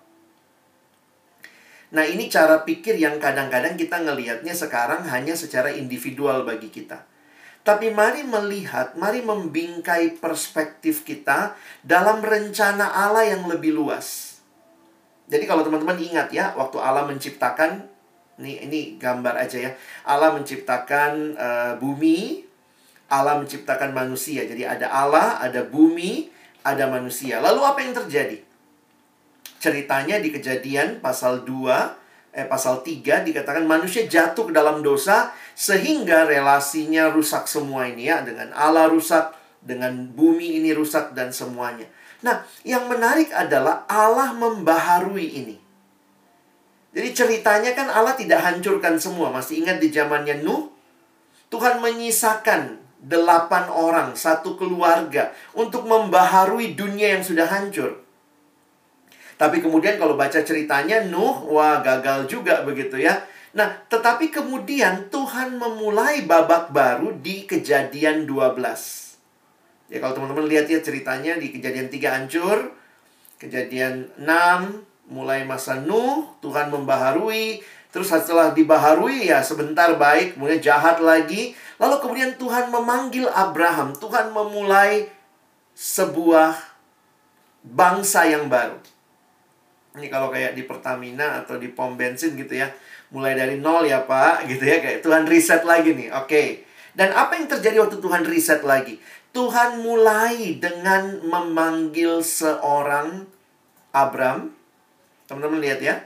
Nah, ini cara pikir yang kadang-kadang kita ngelihatnya sekarang hanya secara individual bagi kita. Tapi mari melihat, mari membingkai perspektif kita dalam rencana Allah yang lebih luas. Jadi kalau teman-teman ingat ya, waktu Allah menciptakan, ini, ini gambar aja ya. Allah menciptakan uh, bumi, Allah menciptakan manusia. Jadi ada Allah, ada bumi, ada manusia. Lalu apa yang terjadi? Ceritanya di Kejadian pasal dua, eh, pasal tiga dikatakan manusia jatuh ke dalam dosa sehingga relasinya rusak semua ini ya. Dengan Allah rusak, dengan bumi ini rusak dan semuanya. Nah, yang menarik adalah Allah membaharui ini. Jadi ceritanya kan Allah tidak hancurkan semua. Masih ingat di zamannya Nuh? Tuhan menyisakan delapan orang, satu keluarga, untuk membaharui dunia yang sudah hancur. Tapi kemudian kalau baca ceritanya, Nuh, wah gagal juga begitu ya. Nah, tetapi kemudian Tuhan memulai babak baru di Kejadian dua belas. Ya kalau teman-teman lihat ya ceritanya di Kejadian tiga hancur, Kejadian enam mulai masa Nuh, Tuhan membaharui. Terus setelah dibaharui ya sebentar baik, kemudian jahat lagi. Lalu kemudian Tuhan memanggil Abraham. Tuhan memulai sebuah bangsa yang baru. Ini kalau kayak di Pertamina atau di pom bensin gitu ya. Mulai dari nol ya Pak, gitu ya. Kayak Tuhan reset lagi nih, oke. Dan apa yang terjadi waktu Tuhan reset lagi? Tuhan mulai dengan memanggil seorang Abram. Teman-teman lihat ya.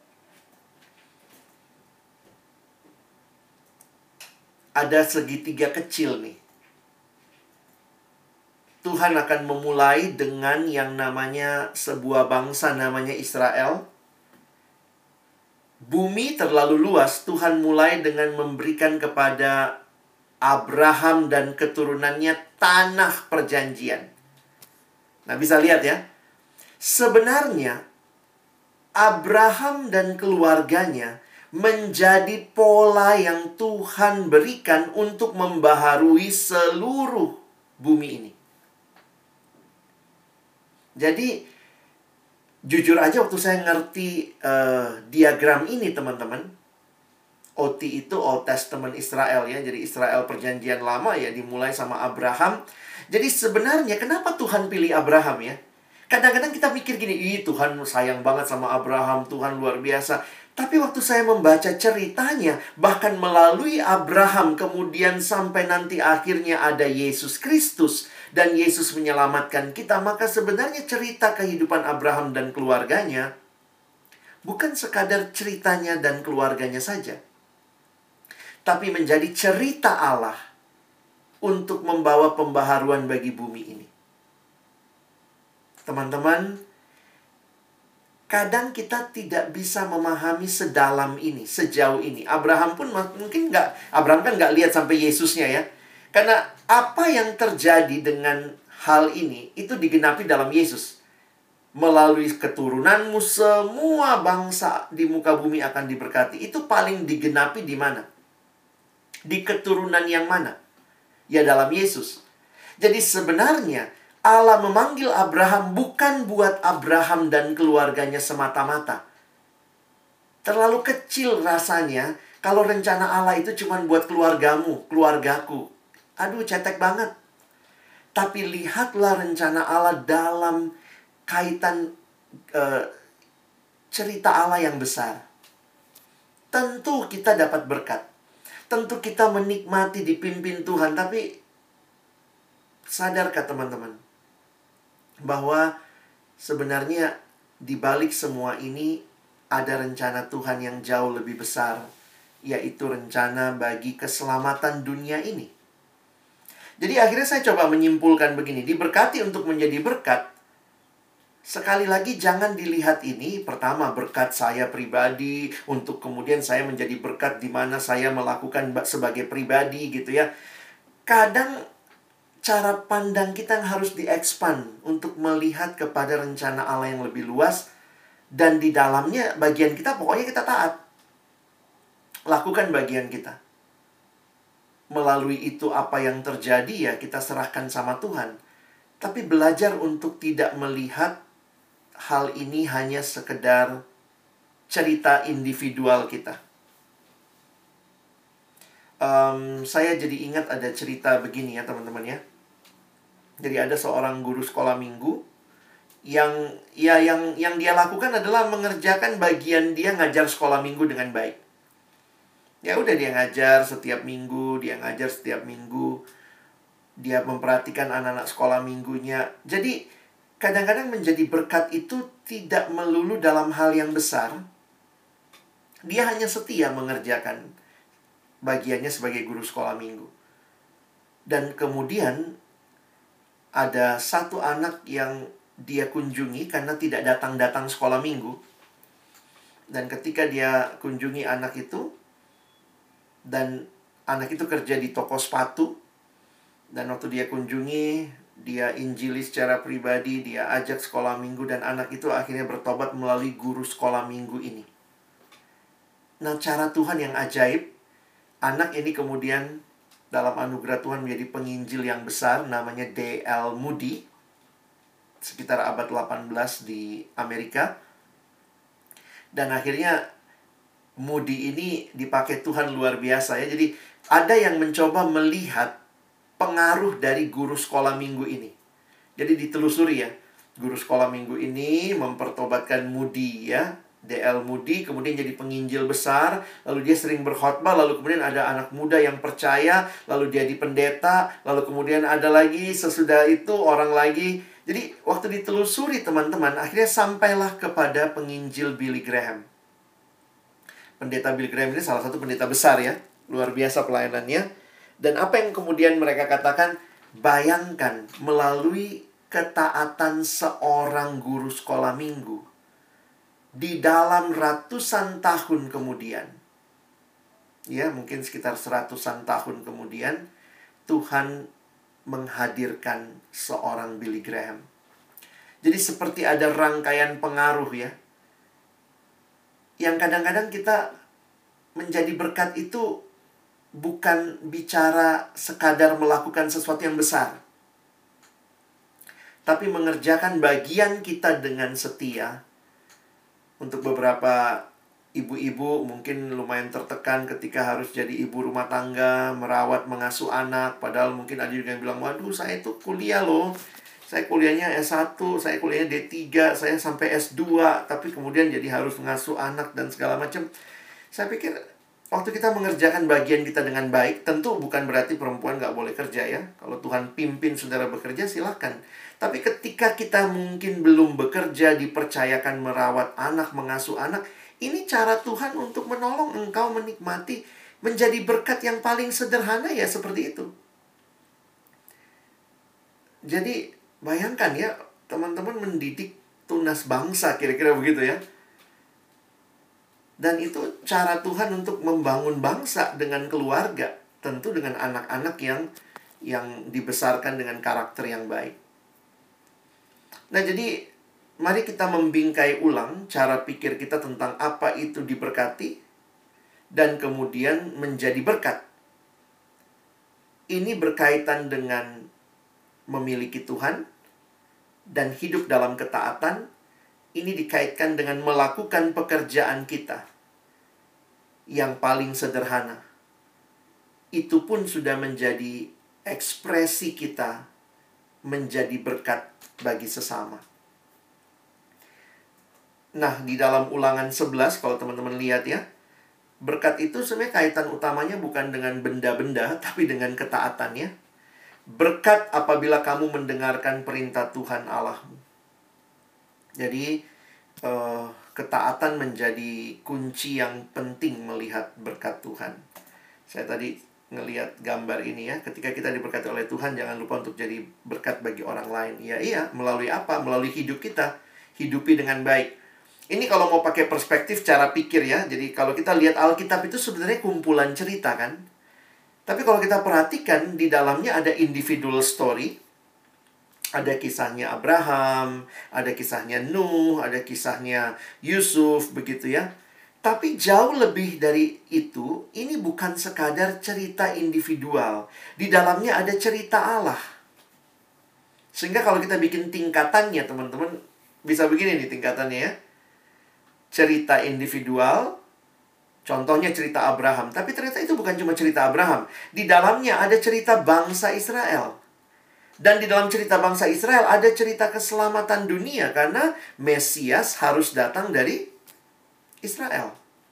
Ada segitiga kecil nih. Tuhan akan memulai dengan yang namanya sebuah bangsa namanya Israel. Bumi terlalu luas, Tuhan mulai dengan memberikan kepada Abraham dan keturunannya tanah perjanjian. Nah, bisa lihat ya. Sebenarnya Abraham dan keluarganya menjadi pola yang Tuhan berikan untuk membaharui seluruh bumi ini. Jadi, jujur aja waktu saya ngerti uh, diagram ini teman-teman. O T itu Old Testament Israel ya. Jadi Israel perjanjian lama ya dimulai sama Abraham. Jadi sebenarnya kenapa Tuhan pilih Abraham ya? Kadang-kadang kita mikir gini, ih Tuhan sayang banget sama Abraham, Tuhan luar biasa. Tapi waktu saya membaca ceritanya, bahkan melalui Abraham, kemudian sampai nanti akhirnya ada Yesus Kristus, dan Yesus menyelamatkan kita, maka sebenarnya cerita kehidupan Abraham dan keluarganya bukan sekadar ceritanya dan keluarganya saja, tapi menjadi cerita Allah untuk membawa pembaharuan bagi bumi ini. Teman-teman, kadang kita tidak bisa memahami sedalam ini, sejauh ini. Abraham pun mungkin nggak, Abraham kan nggak lihat sampai Yesusnya ya. Karena apa yang terjadi dengan hal ini, itu digenapi dalam Yesus. Melalui keturunanmu, semua bangsa di muka bumi akan diberkati. Itu paling digenapi di mana? Di keturunan yang mana? Ya dalam Yesus. Jadi sebenarnya Allah memanggil Abraham bukan buat Abraham dan keluarganya semata-mata. Terlalu kecil rasanya kalau rencana Allah itu cuma buat keluargamu, keluargaku. Aduh, cetek banget. Tapi lihatlah rencana Allah dalam kaitan uh, cerita Allah yang besar. Tentu kita dapat berkat. Tentu kita menikmati dipimpin Tuhan. Tapi sadarkah teman-teman bahwa sebenarnya di balik semua ini ada rencana Tuhan yang jauh lebih besar, yaitu rencana bagi keselamatan dunia ini. Jadi akhirnya saya coba menyimpulkan begini, diberkati untuk menjadi berkat. Sekali lagi jangan dilihat ini, pertama berkat saya pribadi, untuk kemudian saya menjadi berkat di mana saya melakukan sebagai pribadi gitu ya. Kadang cara pandang kita harus diekspand untuk melihat kepada rencana Allah yang lebih luas. Dan di dalamnya bagian kita pokoknya kita taat. Lakukan bagian kita. Melalui itu apa yang terjadi ya kita serahkan sama Tuhan. Tapi belajar untuk tidak melihat hal ini hanya sekedar cerita individual kita. Um, saya jadi ingat ada cerita begini ya teman-teman ya. Jadi ada seorang guru sekolah minggu yang ya yang yang dia lakukan adalah mengerjakan bagian dia ngajar sekolah minggu dengan baik. Ya udah dia ngajar setiap minggu, dia ngajar setiap minggu. Dia memperhatikan anak-anak sekolah minggunya. Jadi kadang-kadang menjadi berkat itu tidak melulu dalam hal yang besar. Dia hanya setia mengerjakan bagiannya sebagai guru sekolah minggu. Dan kemudian ada satu anak yang dia kunjungi karena tidak datang-datang sekolah minggu. Dan ketika dia kunjungi anak itu, dan anak itu kerja di toko sepatu, dan waktu dia kunjungi, dia injili secara pribadi, dia ajak sekolah minggu, dan anak itu akhirnya bertobat melalui guru sekolah minggu ini. Nah, cara Tuhan yang ajaib, anak ini kemudian dalam anugerah Tuhan menjadi penginjil yang besar, namanya D L Moody, sekitar abad delapan belas di Amerika. Dan akhirnya Moody ini dipakai Tuhan luar biasa ya. Jadi ada yang mencoba melihat pengaruh dari guru sekolah minggu ini. Jadi ditelusuri ya, guru sekolah minggu ini mempertobatkan Moody ya, D L Moody, kemudian jadi penginjil besar, lalu dia sering berkhotbah, lalu kemudian ada anak muda yang percaya, lalu dia di pendeta, lalu kemudian ada lagi sesudah itu orang lagi. Jadi waktu ditelusuri teman-teman, akhirnya sampailah kepada penginjil Billy Graham. Pendeta Billy Graham ini salah satu pendeta besar ya, luar biasa pelayanannya. Dan apa yang kemudian mereka katakan, bayangkan melalui ketaatan seorang guru sekolah minggu, di dalam ratusan tahun kemudian, ya mungkin sekitar seratusan tahun kemudian, Tuhan menghadirkan seorang Billy Graham. Jadi seperti ada rangkaian pengaruh ya, yang kadang-kadang kita menjadi berkat itu bukan bicara sekadar melakukan sesuatu yang besar, tapi mengerjakan bagian kita dengan setia. Untuk beberapa ibu-ibu mungkin lumayan tertekan ketika harus jadi ibu rumah tangga, merawat, mengasuh anak. Padahal mungkin ada juga yang bilang, waduh saya itu kuliah loh, saya kuliahnya S satu, saya kuliahnya D tiga, saya sampai S dua, tapi kemudian jadi harus mengasuh anak dan segala macam. Saya pikir waktu kita mengerjakan bagian kita dengan baik, tentu bukan berarti perempuan gak boleh kerja ya. Kalau Tuhan pimpin saudara bekerja, silakan. Tapi ketika kita mungkin belum bekerja, dipercayakan merawat anak, mengasuh anak, ini cara Tuhan untuk menolong engkau menikmati, menjadi berkat yang paling sederhana ya, seperti itu. Jadi bayangkan ya, teman-teman mendidik tunas bangsa, kira-kira begitu ya. Dan itu cara Tuhan untuk membangun bangsa dengan keluarga, tentu dengan anak-anak yang yang dibesarkan dengan karakter yang baik. Nah, jadi mari kita membingkai ulang cara pikir kita tentang apa itu diberkati dan kemudian menjadi berkat. Ini berkaitan dengan memiliki Tuhan dan hidup dalam ketaatan. Ini dikaitkan dengan melakukan pekerjaan kita yang paling sederhana. Itu pun sudah menjadi ekspresi kita menjadi berkat bagi sesama. Nah, di dalam Ulangan sebelas, kalau teman-teman lihat ya, berkat itu sebenarnya kaitan utamanya bukan dengan benda-benda, tapi dengan ketaatannya. Berkat apabila kamu mendengarkan perintah Tuhan Allahmu. Jadi, eh, ketaatan menjadi kunci yang penting melihat berkat Tuhan. Saya tadi ngelihat gambar ini ya, ketika kita diberkati oleh Tuhan, jangan lupa untuk jadi berkat bagi orang lain. Ya iya, melalui apa? Melalui hidup kita. Hidupi dengan baik. Ini kalau mau pakai perspektif cara pikir ya. Jadi kalau kita lihat Alkitab itu sebenarnya kumpulan cerita kan. Tapi kalau kita perhatikan, di dalamnya ada individual story. Ada kisahnya Abraham, ada kisahnya Nuh, ada kisahnya Yusuf, begitu ya. Tapi jauh lebih dari itu, ini bukan sekadar cerita individual. Di dalamnya ada cerita Allah. Sehingga kalau kita bikin tingkatannya, teman-teman, bisa begini nih tingkatannya ya. Cerita individual, contohnya cerita Abraham. Tapi ternyata itu bukan cuma cerita Abraham. Di dalamnya ada cerita bangsa Israel. Dan di dalam cerita bangsa Israel ada cerita keselamatan dunia. Karena Mesias harus datang dari Israel.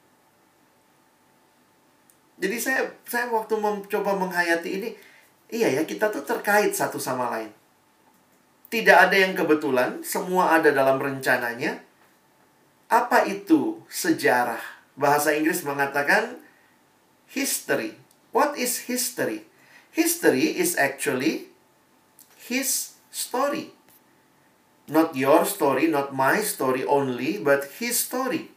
Jadi saya saya waktu mencoba menghayati ini, iya ya, kita tuh terkait satu sama lain. Tidak ada yang kebetulan, semua ada dalam rencananya. Apa itu sejarah? Bahasa Inggris mengatakan history. What is history? History is actually his story. Not your story, not my story only, but his story.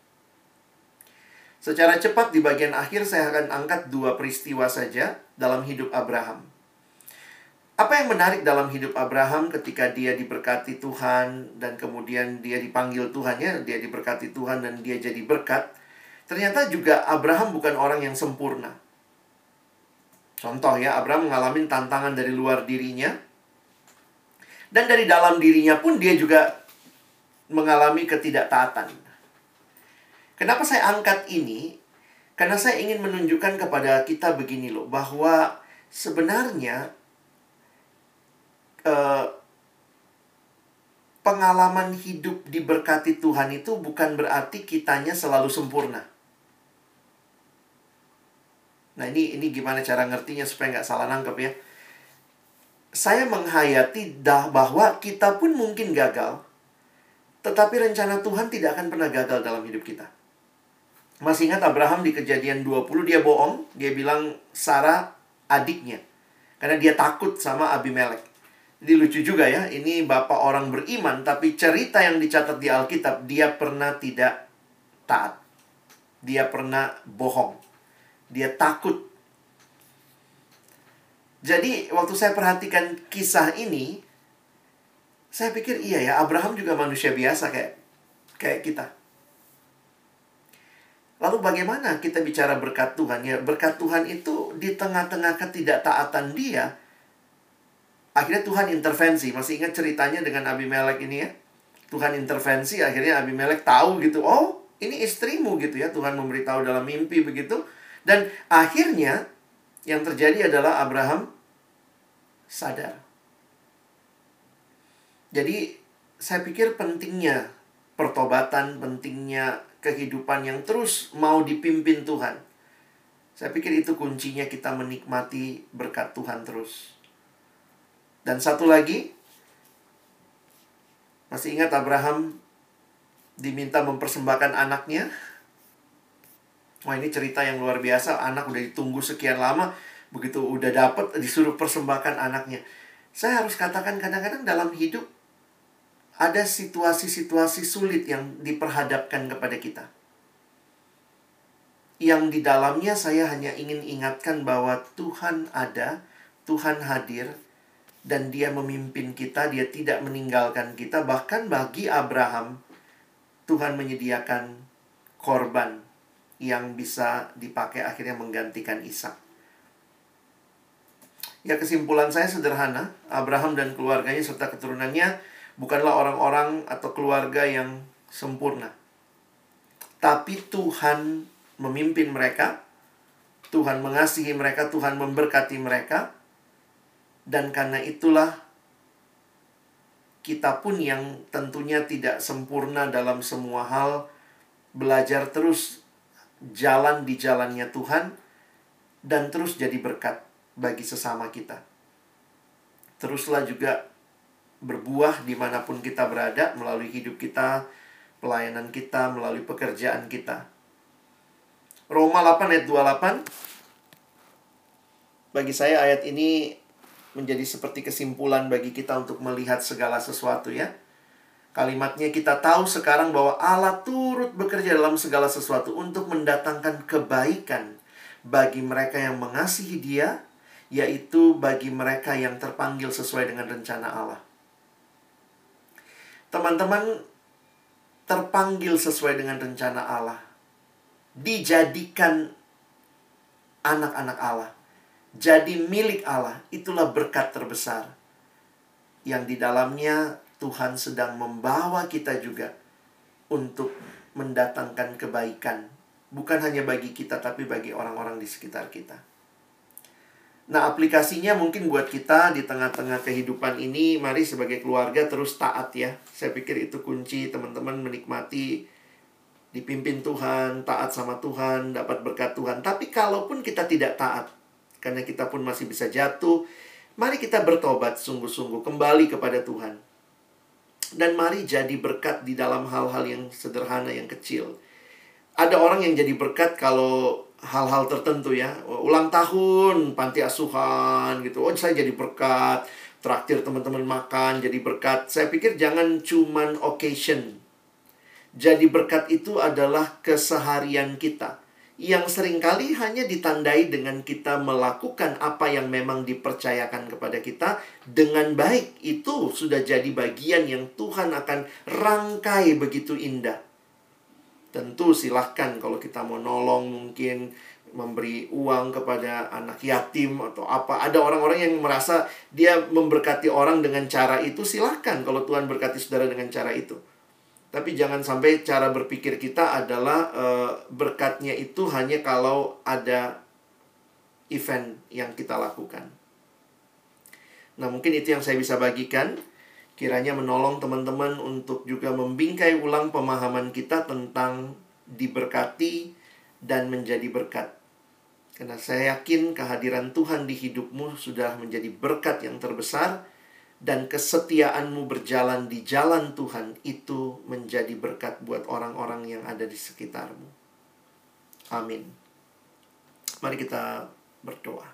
Secara cepat di bagian akhir saya akan angkat dua peristiwa saja dalam hidup Abraham. Apa yang menarik dalam hidup Abraham ketika dia diberkati Tuhan dan kemudian dia dipanggil Tuhan, ya, dia diberkati Tuhan dan dia jadi berkat. Ternyata juga Abraham bukan orang yang sempurna. Contoh ya, Abraham mengalami tantangan dari luar dirinya. Dan dari dalam dirinya pun dia juga mengalami ketidaktaatan. Kenapa saya angkat ini? Karena saya ingin menunjukkan kepada kita begini loh, bahwa sebenarnya Uh, pengalaman hidup diberkati Tuhan itu bukan berarti kitanya selalu sempurna. Nah ini ini gimana cara ngertinya supaya nggak salah nangkep ya. Saya menghayati dah bahwa kita pun mungkin gagal, tetapi rencana Tuhan tidak akan pernah gagal dalam hidup kita. Masih ingat Abraham di Kejadian dua puluh, dia bohong, dia bilang Sarah adiknya, karena dia takut sama Abimelek. Jadi lucu juga ya, ini bapak orang beriman, tapi cerita yang dicatat di Alkitab, dia pernah tidak taat. Dia pernah bohong. Dia takut. Jadi, waktu saya perhatikan kisah ini, saya pikir iya ya, Abraham juga manusia biasa kayak, kayak kita. Lalu bagaimana kita bicara berkat Tuhan? Ya, berkat Tuhan itu di tengah-tengah ketidaktaatan dia, akhirnya Tuhan intervensi. Masih ingat ceritanya dengan Abimelek ini ya? Tuhan intervensi, akhirnya Abimelek tahu gitu. Oh, ini istrimu gitu ya. Tuhan memberitahu dalam mimpi begitu. Dan akhirnya yang terjadi adalah Abraham sadar. Jadi saya pikir pentingnya pertobatan, pentingnya kehidupan yang terus mau dipimpin Tuhan. Saya pikir itu kuncinya kita menikmati berkat Tuhan terus. Dan satu lagi, masih ingat Abraham diminta mempersembahkan anaknya? Wah, ini cerita yang luar biasa. Anak udah ditunggu sekian lama, begitu udah dapet disuruh persembahkan anaknya. Saya harus katakan kadang-kadang dalam hidup ada situasi-situasi sulit yang diperhadapkan kepada kita. Yang di dalamnya saya hanya ingin ingatkan bahwa Tuhan ada, Tuhan hadir, dan dia memimpin kita, dia tidak meninggalkan kita. Bahkan bagi Abraham, Tuhan menyediakan korban yang bisa dipakai akhirnya menggantikan Ishak. Ya, kesimpulan saya sederhana. Abraham dan keluarganya serta keturunannya bukanlah orang-orang atau keluarga yang sempurna. Tapi Tuhan memimpin mereka, Tuhan mengasihi mereka, Tuhan memberkati mereka. Dan karena itulah kita pun yang tentunya tidak sempurna dalam semua hal, belajar terus jalan di jalannya Tuhan dan terus jadi berkat bagi sesama kita. Teruslah juga berbuah dimanapun kita berada, melalui hidup kita, pelayanan kita, melalui pekerjaan kita. Roma delapan ayat dua puluh delapan. Bagi saya ayat ini menjadi seperti kesimpulan bagi kita untuk melihat segala sesuatu ya. Kalimatnya, kita tahu sekarang bahwa Allah turut bekerja dalam segala sesuatu untuk mendatangkan kebaikan bagi mereka yang mengasihi Dia, yaitu bagi mereka yang terpanggil sesuai dengan rencana Allah. Teman-teman, terpanggil sesuai dengan rencana Allah, dijadikan anak-anak Allah, jadi milik Allah, itulah berkat terbesar yang di dalamnya Tuhan sedang membawa kita juga untuk mendatangkan kebaikan, bukan hanya bagi kita tapi bagi orang-orang di sekitar kita. Nah, aplikasinya mungkin buat kita di tengah-tengah kehidupan ini, mari sebagai keluarga terus taat ya. Saya pikir itu kunci teman-teman menikmati dipimpin Tuhan, taat sama Tuhan, dapat berkat Tuhan. Tapi kalaupun kita tidak taat, karena kita pun masih bisa jatuh, mari kita bertobat sungguh-sungguh, kembali kepada Tuhan. Dan mari jadi berkat di dalam hal-hal yang sederhana, yang kecil. Ada orang yang jadi berkat kalau hal-hal tertentu ya, ulang tahun panti asuhan gitu, oh saya jadi berkat, traktir teman-teman makan jadi berkat. Saya pikir jangan cuman occasion. Jadi berkat itu adalah keseharian kita, yang seringkali hanya ditandai dengan kita melakukan apa yang memang dipercayakan kepada kita dengan baik. Itu sudah jadi bagian yang Tuhan akan rangkai begitu indah. Tentu silahkan kalau kita mau nolong, mungkin memberi uang kepada anak yatim atau apa. Ada orang-orang yang merasa dia memberkati orang dengan cara itu, silahkan kalau Tuhan berkati saudara dengan cara itu. Tapi jangan sampai cara berpikir kita adalah uh, berkatnya itu hanya kalau ada event yang kita lakukan. Nah, mungkin itu yang saya bisa bagikan. Kiranya menolong teman-teman untuk juga membingkai ulang pemahaman kita tentang diberkati dan menjadi berkat. Karena saya yakin kehadiran Tuhan di hidupmu sudah menjadi berkat yang terbesar. Dan kesetiaanmu berjalan di jalan Tuhan itu menjadi berkat buat orang-orang yang ada di sekitarmu. Amin. Mari kita berdoa.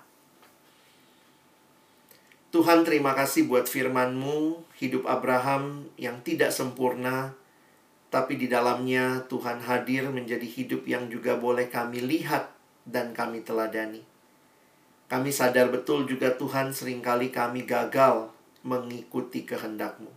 Tuhan, terima kasih buat firman-Mu, hidup Abraham yang tidak sempurna, tapi di dalamnya Tuhan hadir menjadi hidup yang juga boleh kami lihat dan kami teladani. Kami sadar betul juga Tuhan, seringkali kami gagal mengikuti kehendak-Mu.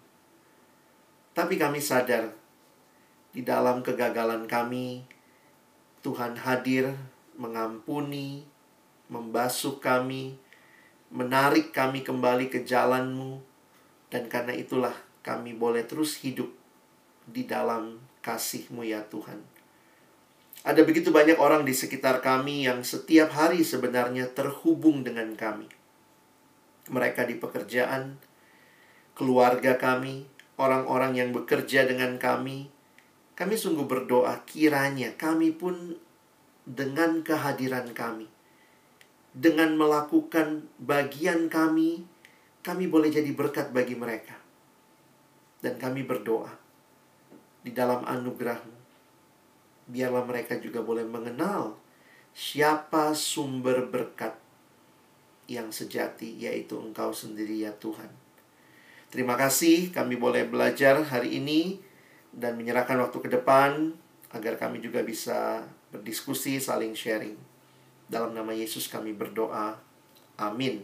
Tapi kami sadar, di dalam kegagalan kami, Tuhan hadir mengampuni, membasuh kami, menarik kami kembali ke jalan-Mu. Dan karena itulah kami boleh terus hidup di dalam kasih-Mu ya Tuhan. Ada begitu banyak orang di sekitar kami yang setiap hari sebenarnya terhubung dengan kami. Mereka di pekerjaan, keluarga kami, orang-orang yang bekerja dengan kami. Kami sungguh berdoa kiranya kami pun dengan kehadiran kami, dengan melakukan bagian kami, kami boleh jadi berkat bagi mereka. Dan kami berdoa, di dalam anugerah-Mu, biarlah mereka juga boleh mengenal siapa sumber berkat yang sejati, yaitu Engkau sendiri ya Tuhan. Terima kasih kami boleh belajar hari ini dan menyerahkan waktu ke depan agar kami juga bisa berdiskusi, saling sharing. Dalam nama Yesus kami berdoa. Amin.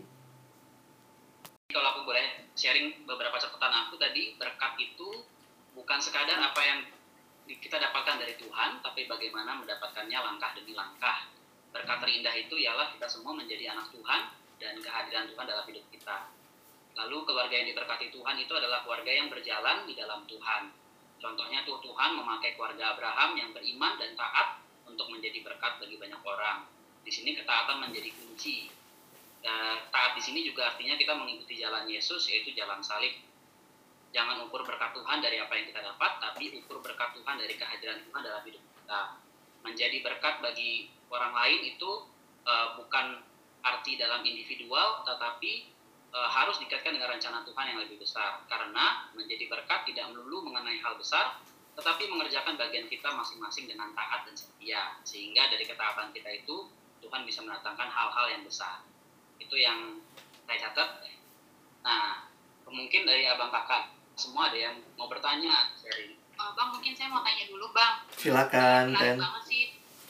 Kalau aku boleh sharing beberapa catatan aku tadi, berkat itu bukan sekadar apa yang kita dapatkan dari Tuhan, tapi bagaimana mendapatkannya langkah demi langkah. Berkat terindah itu ialah kita semua menjadi anak Tuhan dan kehadiran Tuhan dalam hidup kita. Lalu keluarga yang diberkati Tuhan itu adalah keluarga yang berjalan di dalam Tuhan. Contohnya tuh Tuhan memakai keluarga Abraham yang beriman dan taat untuk menjadi berkat bagi banyak orang. Di sini ketaatan menjadi kunci. Uh, taat di sini juga artinya kita mengikuti jalan Yesus, yaitu jalan salib. Jangan ukur berkat Tuhan dari apa yang kita dapat, tapi ukur berkat Tuhan dari kehadiran Tuhan dalam hidup kita. Menjadi berkat bagi orang lain itu uh, bukan arti dalam individual, tetapi uh, harus dikaitkan dengan rencana Tuhan yang lebih besar. Karena menjadi berkat tidak melulu mengenai hal besar, tetapi mengerjakan bagian kita masing-masing dengan taat dan setia. Sehingga dari ketaatan kita itu, Tuhan bisa mendatangkan hal-hal yang besar. Itu yang saya catat. Nah, mungkin dari abang kakak semua ada yang mau bertanya, sharing. Uh, bang, mungkin saya mau tanya dulu, Bang. Silakan, Menarik Ten. banget sih.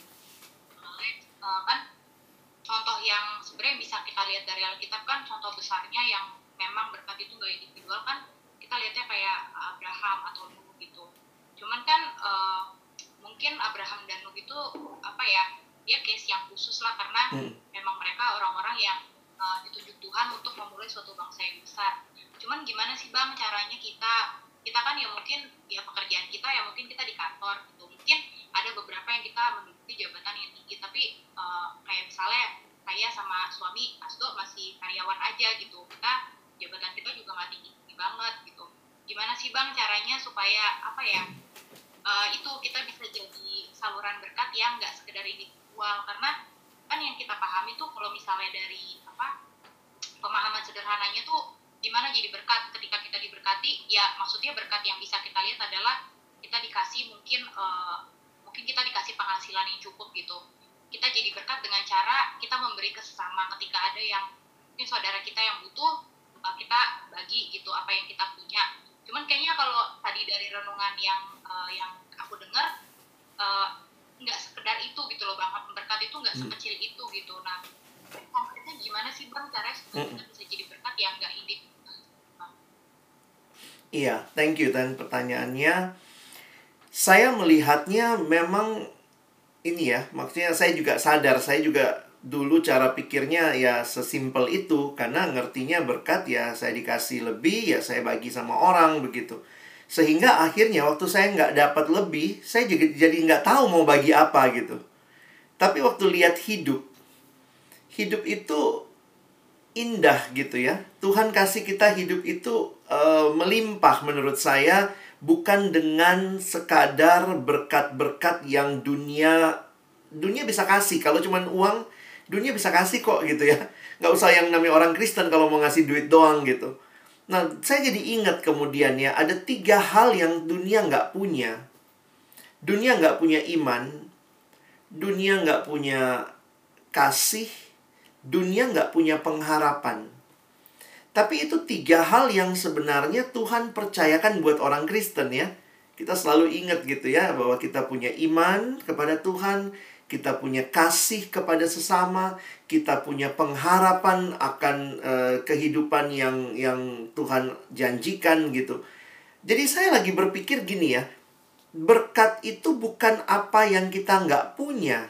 Uh, kan contoh yang sebenarnya bisa kita lihat dari Alkitab kan contoh besarnya yang memang berkat itu nggak individual kan, kita lihatnya kayak Abraham atau Nuh gitu. Cuman kan uh, mungkin Abraham dan Nuh itu apa ya, dia case yang khusus lah karena hmm. memang mereka orang-orang yang uh, ditunjuk Tuhan untuk memulai suatu bangsa yang besar. Cuman gimana sih Bang caranya kita, kita kan ya mungkin ya pekerjaan kita ya mungkin kita di kantor gitu, mungkin ada beberapa yang kita menduduki jabatan yang tinggi, tapi uh, kayak misalnya saya sama suami Asdo masih karyawan aja gitu, kita jabatan kita juga nggak tinggi-tinggi banget gitu. Gimana sih Bang caranya supaya apa ya, uh, itu kita bisa jadi saluran berkat yang nggak sekedar individual, karena kan yang kita pahami tuh kalau misalnya dari apa pemahaman sederhananya tuh gimana jadi berkat. Ketika kita diberkati ya maksudnya berkat yang bisa kita lihat adalah kita dikasih mungkin uh, mungkin kita dikasih penghasilan yang cukup gitu, kita jadi berkat dengan cara kita memberi ke sesama. Ketika ada yang mungkin saudara kita yang butuh, kita bagi gitu apa yang kita punya. Cuman kayaknya kalau tadi dari renungan yang uh, yang aku dengar, uh, nggak sekedar itu gitu loh Bang, berkat itu nggak sekecil itu gitu. Nah, konkretnya gimana sih Bang caranya supaya kita bisa jadi berkat yang nggak individu? Iya, thank you dan pertanyaannya. Saya melihatnya memang ini ya, maksudnya saya juga sadar, saya juga dulu cara pikirnya ya sesimpel itu. Karena ngertinya berkat ya saya dikasih lebih, ya saya bagi sama orang begitu. Sehingga akhirnya waktu saya nggak dapat lebih, saya juga jadi nggak tahu mau bagi apa gitu. Tapi waktu lihat hidup, hidup itu indah gitu ya. Tuhan kasih kita hidup itu uh, melimpah menurut saya. Bukan dengan sekadar berkat-berkat yang dunia dunia bisa kasih. Kalau cuman uang, dunia bisa kasih kok gitu ya. Nggak usah yang namanya orang Kristen kalau mau ngasih duit doang gitu. Nah, saya jadi ingat kemudian ya, ada tiga hal yang dunia nggak punya. Dunia nggak punya iman, dunia nggak punya kasih, dunia nggak punya pengharapan. Tapi itu tiga hal yang sebenarnya Tuhan percayakan buat orang Kristen ya. Kita selalu ingat gitu ya, bahwa kita punya iman kepada Tuhan, kita punya kasih kepada sesama, kita punya pengharapan akan uh, kehidupan yang yang Tuhan janjikan gitu. Jadi saya lagi berpikir gini ya, berkat itu bukan apa yang kita nggak punya.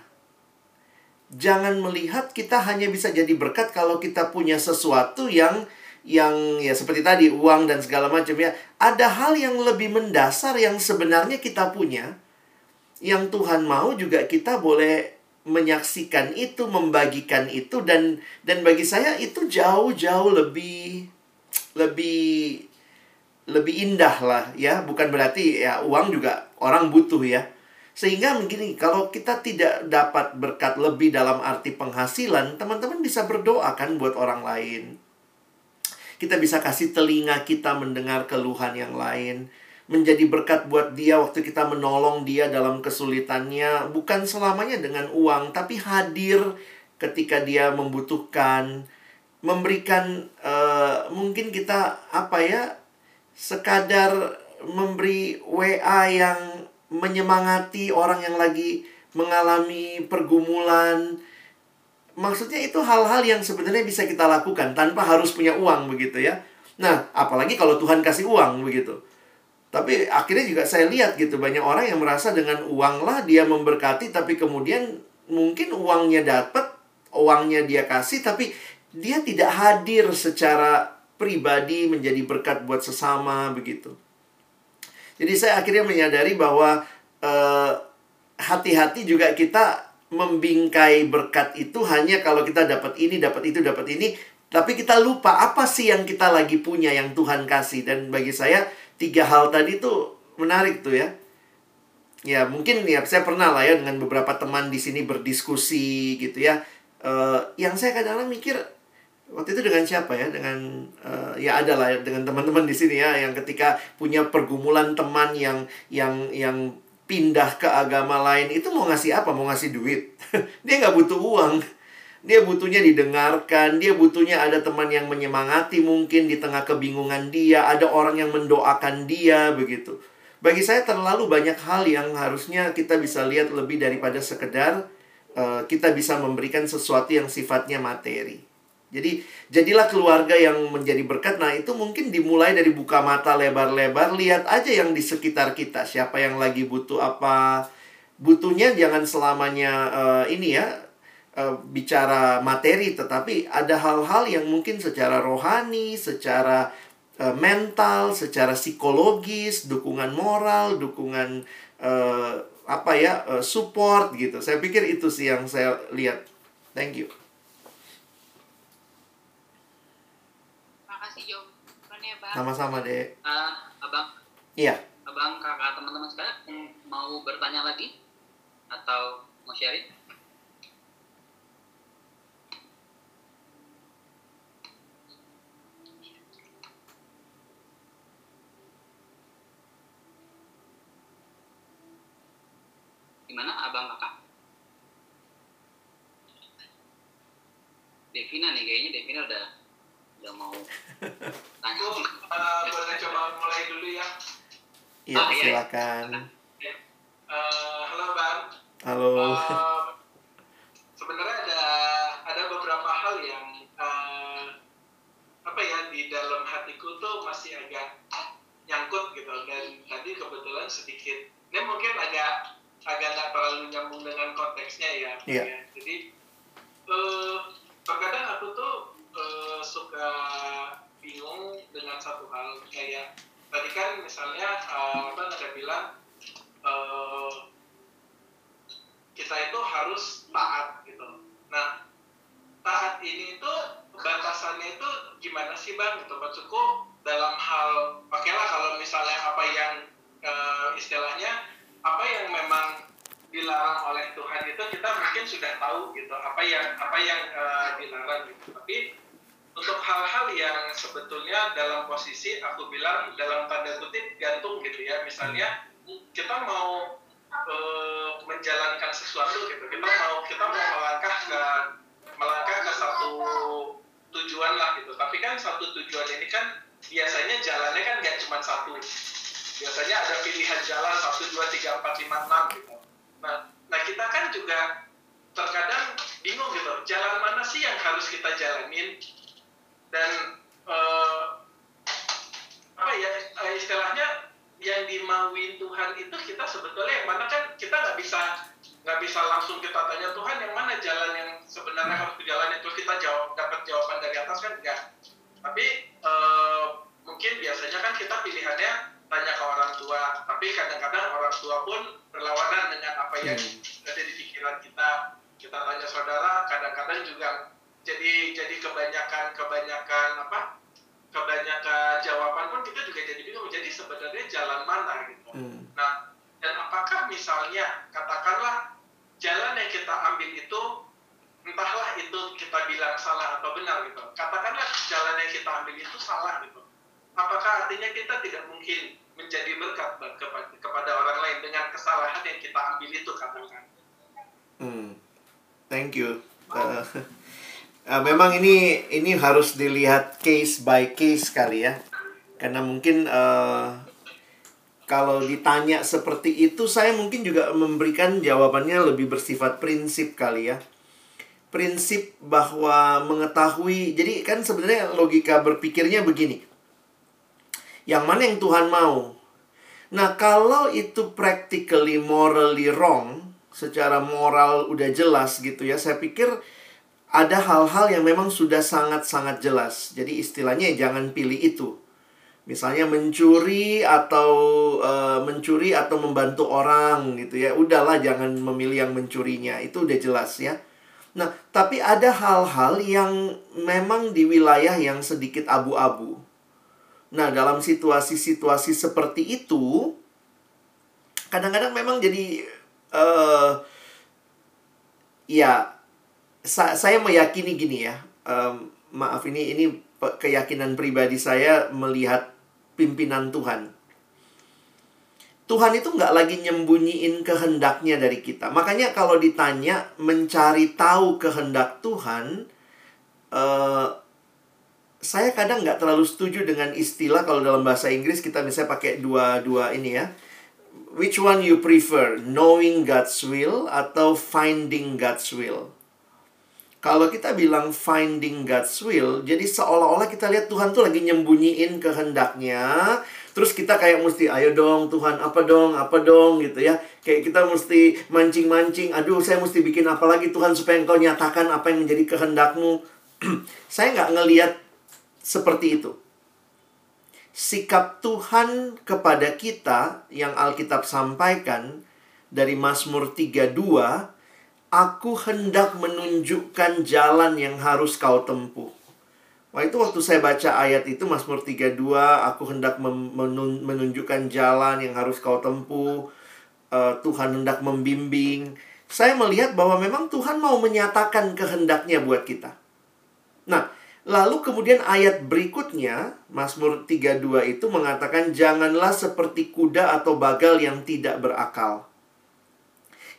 Jangan melihat kita hanya bisa jadi berkat kalau kita punya sesuatu yang yang ya seperti tadi uang dan segala macam ya. Ada hal yang lebih mendasar yang sebenarnya kita punya, yang Tuhan mau juga kita boleh menyaksikan itu, membagikan itu, dan dan bagi saya itu jauh-jauh lebih lebih lebih indah lah ya. Bukan berarti ya uang juga orang butuh ya. Sehingga begini, kalau kita tidak dapat berkat lebih dalam arti penghasilan, teman-teman bisa berdoa kan buat orang lain. Kita bisa kasih telinga kita mendengar keluhan yang lain. Menjadi berkat buat dia waktu kita menolong dia dalam kesulitannya. Bukan selamanya dengan uang, tapi hadir ketika dia membutuhkan. Memberikan, uh, mungkin kita, apa ya, sekadar memberi W A yang menyemangati orang yang lagi mengalami pergumulan. Maksudnya itu hal-hal yang sebenarnya bisa kita lakukan tanpa harus punya uang begitu ya. Nah, apalagi kalau Tuhan kasih uang begitu. Tapi akhirnya juga saya lihat gitu, banyak orang yang merasa dengan uang lah dia memberkati, tapi kemudian mungkin uangnya dapat, uangnya dia kasih, tapi dia tidak hadir secara pribadi menjadi berkat buat sesama begitu. Jadi saya akhirnya menyadari bahwa eh, hati-hati juga kita membingkai berkat itu hanya kalau kita dapat ini, dapat itu, dapat ini. Tapi kita lupa apa sih yang kita lagi punya yang Tuhan kasih. Dan bagi saya tiga hal tadi tuh menarik tuh ya. Ya mungkin ya saya pernah lah ya dengan beberapa teman di sini berdiskusi gitu ya. Uh, yang saya kadang-kadang mikir, waktu itu dengan siapa ya? Dengan uh, ya ada lah ya, dengan teman-teman di sini ya, yang ketika punya pergumulan teman yang yang yang pindah ke agama lain, itu mau ngasih apa? Mau ngasih duit. Dia nggak butuh uang. Dia butuhnya didengarkan. Dia butuhnya ada teman yang menyemangati mungkin di tengah kebingungan dia. Ada orang yang mendoakan dia begitu. Bagi saya terlalu banyak hal yang harusnya kita bisa lihat lebih daripada sekedar uh, kita bisa memberikan sesuatu yang sifatnya materi. Jadi, jadilah keluarga yang menjadi berkat. Nah, itu mungkin dimulai dari buka mata lebar-lebar. Lihat aja yang di sekitar kita. Siapa yang lagi butuh apa. Butuhnya jangan selamanya uh, ini ya, uh, bicara materi. Tetapi ada hal-hal yang mungkin secara rohani, secara uh, mental, secara psikologis, dukungan moral, dukungan uh, apa ya, uh, support gitu. Saya pikir itu sih yang saya lihat. Thank you. Sama-sama, Dek. Uh, abang. Iya. Abang, kakak, teman-teman sekalian mau bertanya lagi atau mau sharing? Gimana abang kakak? Devina nih, kayaknya Devina udah udah mau tanya. Aku uh, boleh coba mulai dulu ya. Iya, Ah, iya. silakan. Uh, halo Bang. Halo. Uh, sebenarnya ada ada beberapa hal yang uh, apa ya di dalam hatiku tuh masih agak nyangkut gitu, dan tadi kebetulan sedikit, ini mungkin agak agak nggak terlalu nyambung dengan konteksnya ya. Iya. Ya. Jadi uh, terkadang aku tuh uh, suka bingung dengan satu hal, kayak tadi kan misalnya uh, apa ada bilang uh, kita itu harus taat gitu. Nah, taat ini itu batasannya itu gimana sih Bang? Gitu maksudku dalam hal, oke lah kalau misalnya apa yang uh, istilahnya apa yang memang dilarang oleh Tuhan itu kita mungkin sudah tahu gitu apa yang apa yang uh, dilarang gitu. Tapi untuk hal-hal yang sebetulnya dalam posisi aku bilang dalam tanda kutip gantung gitu ya, misalnya kita mau uh, menjalankan sesuatu gitu, kita mau kita mau melangkah ke melangkah ke satu tujuan lah gitu. Tapi kan satu tujuan ini kan biasanya jalannya kan nggak cuma satu, biasanya ada pilihan jalan satu dua tiga empat lima enam gitu. Nah, nah kita kan juga terkadang bingung gitu, jalan mana sih yang harus kita jalanin, dan uh, apa ya uh, istilahnya yang dimauin Tuhan itu kita sebetulnya yang mana, kan kita nggak bisa nggak bisa langsung kita tanya Tuhan yang mana jalan yang sebenarnya harus dijalanin terus kita jawab dapat jawaban dari atas, kan enggak. Tapi uh, mungkin biasanya kan kita pilihannya tanya ke orang tua, tapi kadang-kadang orang tua pun berlawanan dengan apa yang hmm. ada di pikiran kita. Kita tanya saudara, kadang-kadang juga jadi jadi kebanyakan kebanyakan apa kebanyakan jawaban pun kita juga jadi bingung. Jadi sebenarnya jalan mana gitu. Hmm. Nah, dan apakah misalnya katakanlah jalan yang kita ambil itu, entahlah itu kita bilang salah atau benar gitu, katakanlah jalan yang kita ambil itu salah gitu, apakah artinya kita tidak mungkin menjadi berkat kepada, kepada orang lain dengan kesalahan yang kita ambil itu, katakan. Hmm, thank you. Uh, uh, memang ini ini harus dilihat case by case kali ya, karena mungkin uh, kalau ditanya seperti itu, saya mungkin juga memberikan jawabannya lebih bersifat prinsip kali ya. Prinsip bahwa mengetahui, jadi kan sebenarnya logika berpikirnya begini. Yang mana yang Tuhan mau? Nah, kalau itu practically morally wrong, secara moral udah jelas gitu ya, saya pikir ada hal-hal yang memang sudah sangat-sangat jelas. Jadi istilahnya jangan pilih itu. Misalnya mencuri atau uh, mencuri atau membantu orang gitu ya. Udahlah jangan memilih yang mencurinya. Itu udah jelas ya. Nah, tapi ada hal-hal yang memang di wilayah yang sedikit abu-abu. Nah, dalam situasi-situasi seperti itu, kadang-kadang memang jadi uh, ya sa saya meyakini gini ya. Um, maaf ini ini keyakinan pribadi saya melihat pimpinan Tuhan. Tuhan itu nggak lagi nyembunyiin kehendaknya dari kita. Makanya kalau ditanya mencari tahu kehendak Tuhan, uh, saya kadang nggak terlalu setuju dengan istilah kalau dalam bahasa Inggris kita misalnya pakai dua-dua ini ya. Which one you prefer? Knowing God's will atau finding God's will? Kalau kita bilang finding God's will, jadi seolah-olah kita lihat Tuhan tuh lagi nyembunyiin kehendaknya. Terus kita kayak mesti, ayo dong Tuhan, apa dong, apa dong gitu ya. Kayak kita mesti mancing-mancing, aduh saya mesti bikin apa lagi Tuhan supaya engkau nyatakan apa yang menjadi kehendakmu. Saya nggak ngelihat seperti itu. Sikap Tuhan kepada kita yang Alkitab sampaikan dari Mazmur tiga dua, aku hendak menunjukkan jalan yang harus kau tempuh. Wah, itu waktu saya baca ayat itu Mazmur tiga dua, aku hendak menunjukkan jalan yang harus kau tempuh. Uh, Tuhan hendak membimbing. Saya melihat bahwa memang Tuhan mau menyatakan kehendaknya buat kita. Nah, lalu kemudian ayat berikutnya, Mazmur tiga dua itu mengatakan, janganlah seperti kuda atau bagal yang tidak berakal,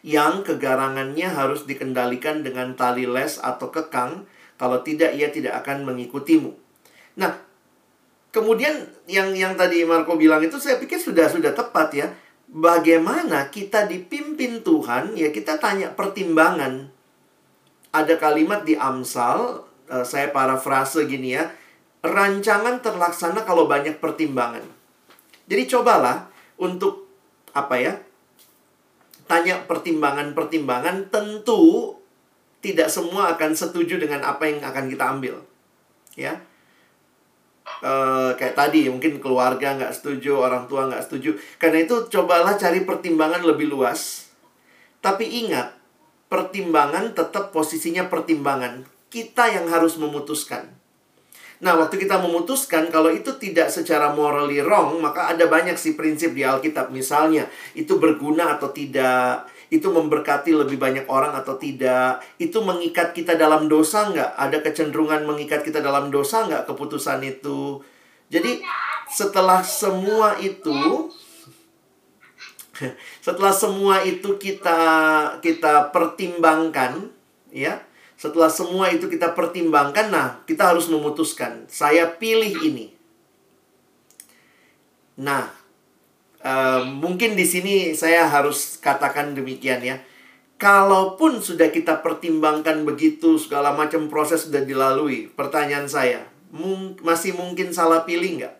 yang kegarangannya harus dikendalikan dengan tali les atau kekang. Kalau tidak, ia tidak akan mengikutimu. Nah, kemudian yang yang tadi Marco bilang itu saya pikir sudah sudah tepat ya. Bagaimana kita dipimpin Tuhan, ya kita tanya pertimbangan. Ada kalimat di Amsal, uh, saya parafrase gini ya, rancangan terlaksana kalau banyak pertimbangan. Jadi cobalah untuk apa ya? Tanya pertimbangan-pertimbangan, tentu tidak semua akan setuju dengan apa yang akan kita ambil. Ya. Uh, kayak tadi mungkin keluarga nggak setuju, orang tua nggak setuju. Karena itu cobalah cari pertimbangan lebih luas. Tapi ingat, pertimbangan tetap posisinya pertimbangan. Kita yang harus memutuskan. Nah, waktu kita memutuskan, kalau itu tidak secara morally wrong, maka ada banyak sih prinsip di Alkitab. Misalnya, itu berguna atau tidak, itu memberkati lebih banyak orang atau tidak, itu mengikat kita dalam dosa nggak? Ada kecenderungan mengikat kita dalam dosa nggak keputusan itu? Jadi, setelah semua itu, setelah semua itu kita kita pertimbangkan, ya, setelah semua itu kita pertimbangkan, nah, kita harus memutuskan. Saya pilih ini. Nah, uh, mungkin di sini saya harus katakan demikian ya. Kalaupun sudah kita pertimbangkan begitu, segala macam proses sudah dilalui, pertanyaan saya, mung- masih mungkin salah pilih nggak?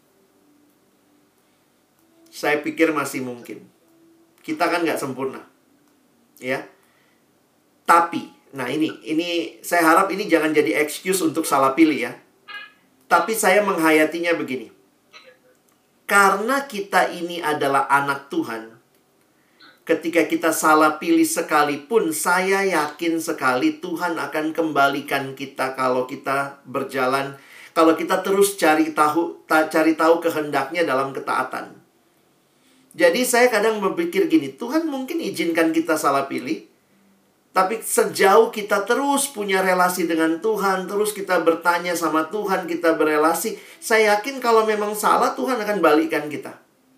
Saya pikir masih mungkin. Kita kan nggak sempurna. Ya. Tapi, nah ini, ini saya harap ini jangan jadi excuse untuk salah pilih ya. Tapi saya menghayatinya begini. Karena kita ini adalah anak Tuhan, ketika kita salah pilih sekalipun, saya yakin sekali Tuhan akan kembalikan kita kalau kita berjalan, kalau kita terus cari tahu, ta, cari tahu kehendaknya dalam ketaatan. Jadi saya kadang berpikir gini, Tuhan mungkin izinkan kita salah pilih, tapi sejauh kita terus punya relasi dengan Tuhan, terus kita bertanya sama Tuhan, kita berelasi, saya yakin kalau memang salah, Tuhan akan balikan kita.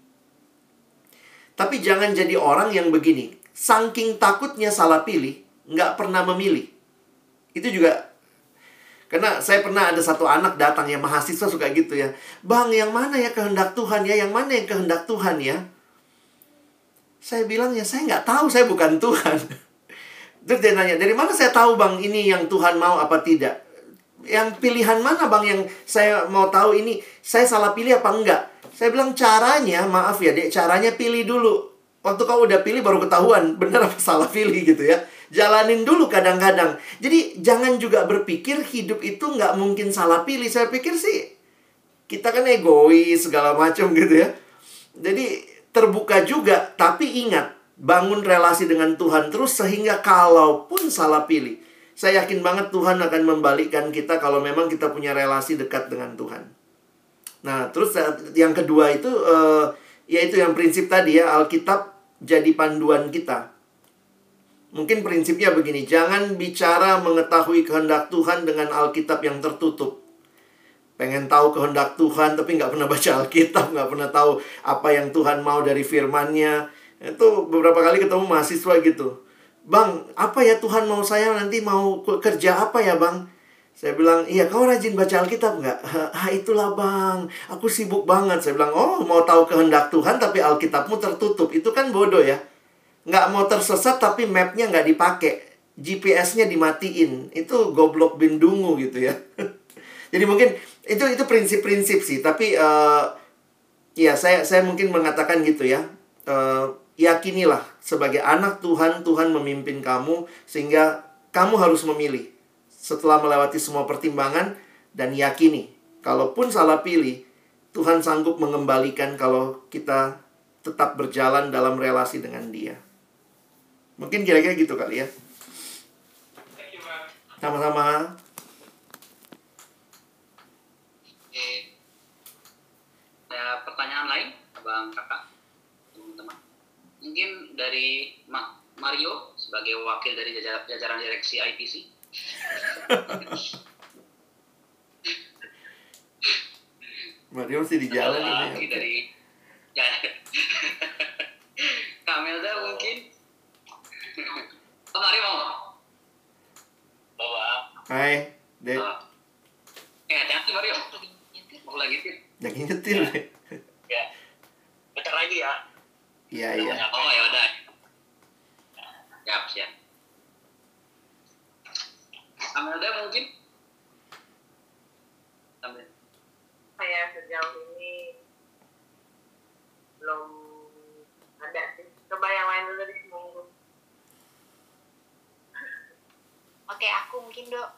Tapi jangan jadi orang yang begini, saking takutnya salah pilih, nggak pernah memilih. Itu juga, karena saya pernah ada satu anak datang, ya mahasiswa suka gitu ya. Bang, yang mana ya kehendak Tuhan ya? Yang mana yang kehendak Tuhan ya? Saya bilang ya, saya nggak tahu, saya bukan Tuhan. Terus dia nanya, dari mana saya tahu bang ini yang Tuhan mau apa tidak? Yang pilihan mana bang yang saya mau tahu ini, saya salah pilih apa enggak? Saya bilang caranya, maaf ya dek, caranya pilih dulu. Waktu kau udah pilih baru ketahuan benar apa salah pilih gitu ya. Jalanin dulu kadang-kadang. Jadi jangan juga berpikir hidup itu nggak mungkin salah pilih. Saya pikir sih, kita kan egois segala macam gitu ya. Jadi terbuka juga, tapi ingat, bangun relasi dengan Tuhan terus sehingga kalaupun salah pilih, saya yakin banget Tuhan akan membalikkan kita kalau memang kita punya relasi dekat dengan Tuhan. Nah, terus yang kedua itu, uh, yaitu yang prinsip tadi ya, Alkitab jadi panduan kita. Mungkin prinsipnya begini, jangan bicara mengetahui kehendak Tuhan dengan Alkitab yang tertutup. Pengen tahu kehendak Tuhan tapi nggak pernah baca Alkitab, nggak pernah tahu apa yang Tuhan mau dari firman-Nya. Itu beberapa kali ketemu mahasiswa gitu. Bang, apa ya Tuhan mau saya nanti mau kerja apa ya bang? Saya bilang, iya kau rajin baca Alkitab nggak? Ah itulah bang, aku sibuk banget. Saya bilang, oh mau tahu kehendak Tuhan tapi Alkitabmu tertutup. Itu kan bodoh ya. Nggak mau tersesat tapi mapnya nggak dipakai. G P S-nya dimatiin. Itu goblok bin dungu gitu ya. Jadi mungkin itu itu prinsip-prinsip sih. Tapi uh, ya saya saya mungkin mengatakan gitu ya. Uh, yakinilah sebagai anak Tuhan, Tuhan memimpin kamu sehingga kamu harus memilih setelah melewati semua pertimbangan dan yakini kalaupun salah pilih, Tuhan sanggup mengembalikan kalau kita tetap berjalan dalam relasi dengan Dia. Mungkin kira-kira gitu kali ya. Sama-sama. Oke. Ada pertanyaan lain, Abang Kakak? Mungkin dari Ma Mario sebagai wakil dari jajaran, jajaran direksi I P C. Mario masih di jalan ini. Dari ya. Kamelda mungkin. Hai, Dek. Uh, eh, hati-hati Mario. Lagi nyetir. Mau lagi sih. Lagi nyetir, Dek. Ya. Bentar lagi ya. Iya, iya. Oh ya udah. Siap, siap. Amelda mungkin? Amel. Saya sejauh ini belum ada sih. Coba yang lain dulu deh, monggo. Oke, aku mungkin Dok.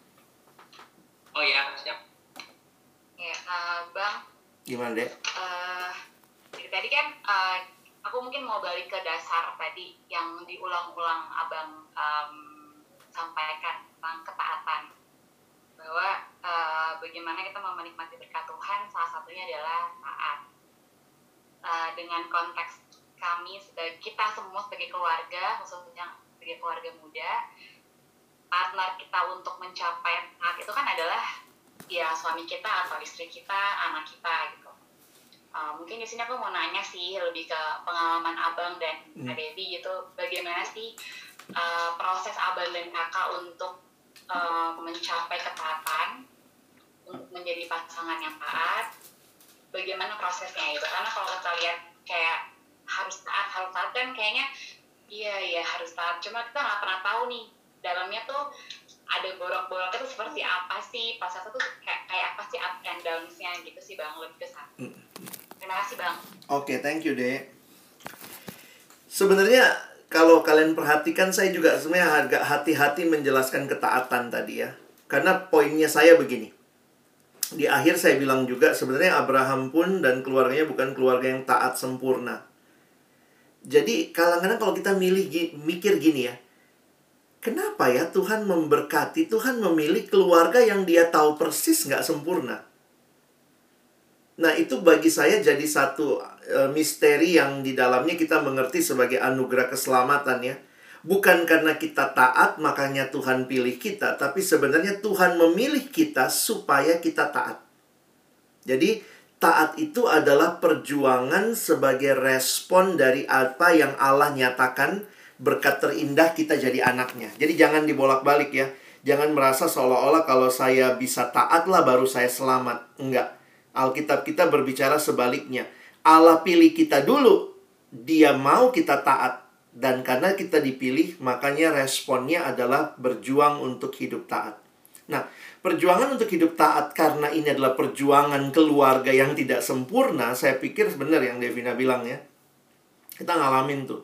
Oh ya, siap. Ya, eh, Bang. Gimana, Dek? eh dari tadi kan eh, aku mungkin mau balik ke dasar tadi yang diulang-ulang Abang em, sampaikan tentang ketaatan, bahwa eh, bagaimana kita mau menikmati berkat Tuhan, salah satunya adalah taat. Eh, dengan konteks kami sebagai kita semua sebagai keluarga, khususnya sebagai keluarga muda, partner kita untuk mencapai taat itu kan adalah ya suami kita atau istri kita, anak kita gitu. Uh, mungkin di sini aku mau nanya sih lebih ke pengalaman Abang dan Kak Debbie gitu, bagaimana sih uh, proses Abang dan Kakak untuk uh, mencapai ketaatan, untuk menjadi pasangan yang taat, bagaimana prosesnya gitu? Karena kalau kita lihat kayak harus taat, harus taat kan kayaknya iya ya harus taat, cuma kita nggak pernah tahu nih dalamnya tuh ada borok-borok itu seperti apa sih, prosesnya tuh kayak, kayak apa sih up and downs-nya gitu sih Bang, lebih ke sana. Terima kasih Bang. Oke, okay, thank you, Dek. Sebenarnya kalau kalian perhatikan, saya juga sebenarnya agak hati-hati menjelaskan ketaatan tadi ya. Karena poinnya saya begini. Di akhir saya bilang juga sebenarnya Abraham pun dan keluarganya bukan keluarga yang taat sempurna. Jadi kadang-kadang kalau kita milih mikir gini ya, kenapa ya Tuhan memberkati, Tuhan memilih keluarga yang dia tahu persis nggak sempurna. Nah, itu bagi saya jadi satu e, misteri yang di dalamnya kita mengerti sebagai anugerah keselamatan ya. Bukan karena kita taat makanya Tuhan pilih kita, tapi sebenarnya Tuhan memilih kita supaya kita taat. Jadi, taat itu adalah perjuangan sebagai respon dari apa yang Allah nyatakan, berkat terindah kita jadi anaknya. Jadi jangan dibolak-balik ya. Jangan merasa seolah-olah kalau saya bisa taat lah baru saya selamat. Enggak. Alkitab kita berbicara sebaliknya. Allah pilih kita dulu. Dia mau kita taat. Dan karena kita dipilih, makanya responnya adalah berjuang untuk hidup taat. Nah, perjuangan untuk hidup taat karena ini adalah perjuangan keluarga yang tidak sempurna. Saya pikir benar yang Devina bilang ya. Kita ngalamin tuh.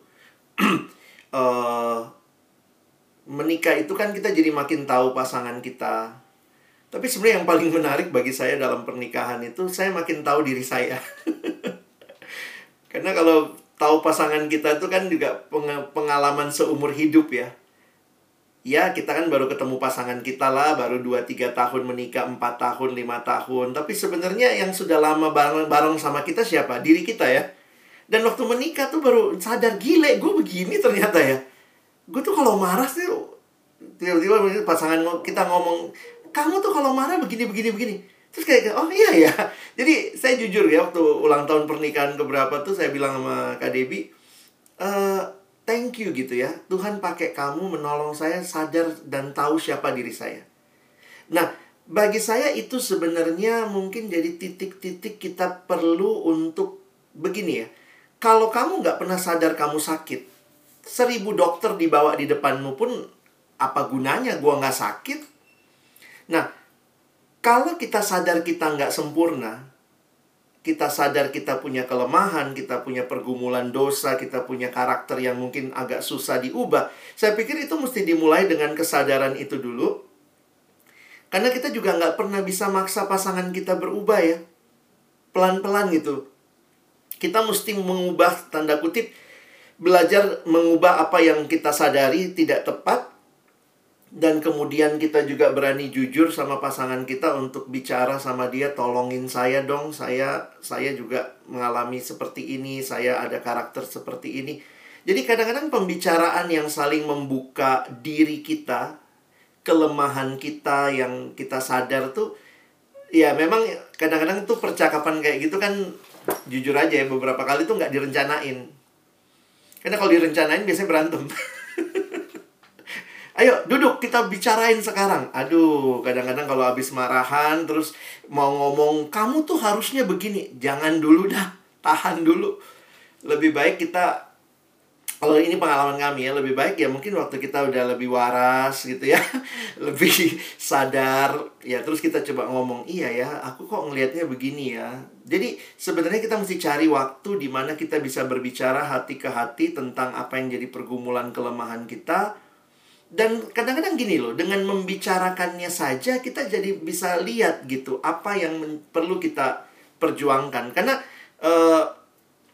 uh, menikah itu kan kita jadi makin tahu pasangan kita. Tapi sebenarnya yang paling menarik bagi saya dalam pernikahan itu, saya makin tahu diri saya. Karena kalau tahu pasangan kita itu kan juga pengalaman seumur hidup ya. Ya, kita kan baru ketemu pasangan kita lah, baru dua tiga tahun menikah, empat tahun, lima tahun. Tapi sebenarnya yang sudah lama bareng-bareng sama kita siapa? Diri kita ya. Dan waktu menikah tuh baru sadar, gile, gue begini ternyata ya. Gue tuh kalau marah sih, tiba-tiba pasangan kita ngomong, kamu tuh kalau marah begini, begini, begini. Terus kayak, oh iya ya. Jadi saya jujur ya, waktu ulang tahun pernikahan keberapa tuh saya bilang sama Kak Debbie, uh, thank you gitu ya. Tuhan pakai kamu menolong saya sadar dan tahu siapa diri saya. Nah, bagi saya itu sebenarnya mungkin jadi titik-titik kita perlu untuk begini ya. Kalau kamu nggak pernah sadar kamu sakit, seribu dokter dibawa di depanmu pun apa gunanya gua nggak sakit? Nah, kalau kita sadar kita nggak sempurna, kita sadar kita punya kelemahan, kita punya pergumulan dosa, kita punya karakter yang mungkin agak susah diubah. Saya pikir itu mesti dimulai dengan kesadaran itu dulu. Karena kita juga nggak pernah bisa maksa pasangan kita berubah ya. Pelan-pelan gitu. Kita mesti mengubah, tanda kutip, belajar mengubah apa yang kita sadari tidak tepat. Dan kemudian kita juga berani jujur sama pasangan kita untuk bicara sama dia, tolongin saya dong, saya saya juga mengalami seperti ini, saya ada karakter seperti ini. Jadi kadang-kadang pembicaraan yang saling membuka diri kita, kelemahan kita yang kita sadar tuh, ya memang kadang-kadang tuh percakapan kayak gitu kan, jujur aja ya, beberapa kali tuh nggak direncanain. Karena kalau direncanain biasanya berantem. Ayo duduk kita bicarain sekarang. Aduh, kadang-kadang kalau habis marahan terus mau ngomong, kamu tuh harusnya begini. Jangan dulu dah, tahan dulu. Lebih baik kita, kalau ini pengalaman kami ya, lebih baik ya mungkin waktu kita udah lebih waras gitu ya, lebih sadar ya, terus kita coba ngomong, iya ya, aku kok ngelihatnya begini ya. Jadi sebenarnya kita mesti cari waktu di mana kita bisa berbicara hati ke hati tentang apa yang jadi pergumulan kelemahan kita. Dan kadang-kadang gini loh, dengan membicarakannya saja kita jadi bisa lihat gitu apa yang perlu kita perjuangkan. Karena uh,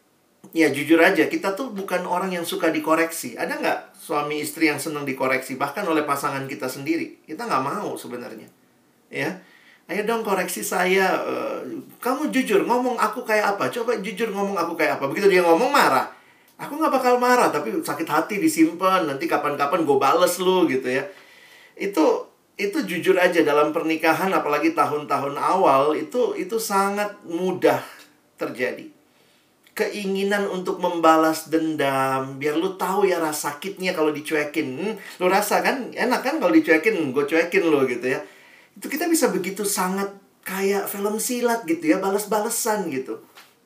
ya jujur aja, kita tuh bukan orang yang suka dikoreksi. Ada nggak suami istri yang senang dikoreksi? Bahkan oleh pasangan kita sendiri. Kita nggak mau sebenarnya. Ya, ayo dong koreksi saya. Uh, kamu jujur ngomong aku kayak apa? Coba jujur ngomong aku kayak apa? Begitu dia ngomong marah, aku nggak bakal marah, tapi sakit hati disimpan. Nanti kapan-kapan gue bales lu gitu ya. Itu itu jujur aja dalam pernikahan, apalagi tahun-tahun awal itu itu sangat mudah terjadi. Keinginan untuk membalas dendam, biar lu tahu ya rasa sakitnya kalau dicuekin. Hmm, lu rasa kan, enak kan kalau dicuekin, gue cuekin lo gitu ya. Itu kita bisa begitu sangat kayak film silat gitu ya, balas-balesan gitu.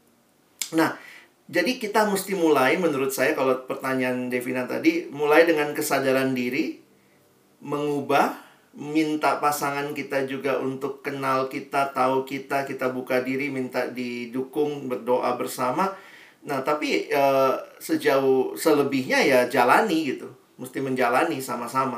Nah, jadi kita mesti mulai, menurut saya kalau pertanyaan Devina tadi, mulai dengan kesadaran diri, mengubah, minta pasangan kita juga untuk kenal kita, tahu kita, kita buka diri, minta didukung, berdoa bersama. Nah, tapi e, sejauh selebihnya ya jalani gitu. Mesti menjalani sama-sama.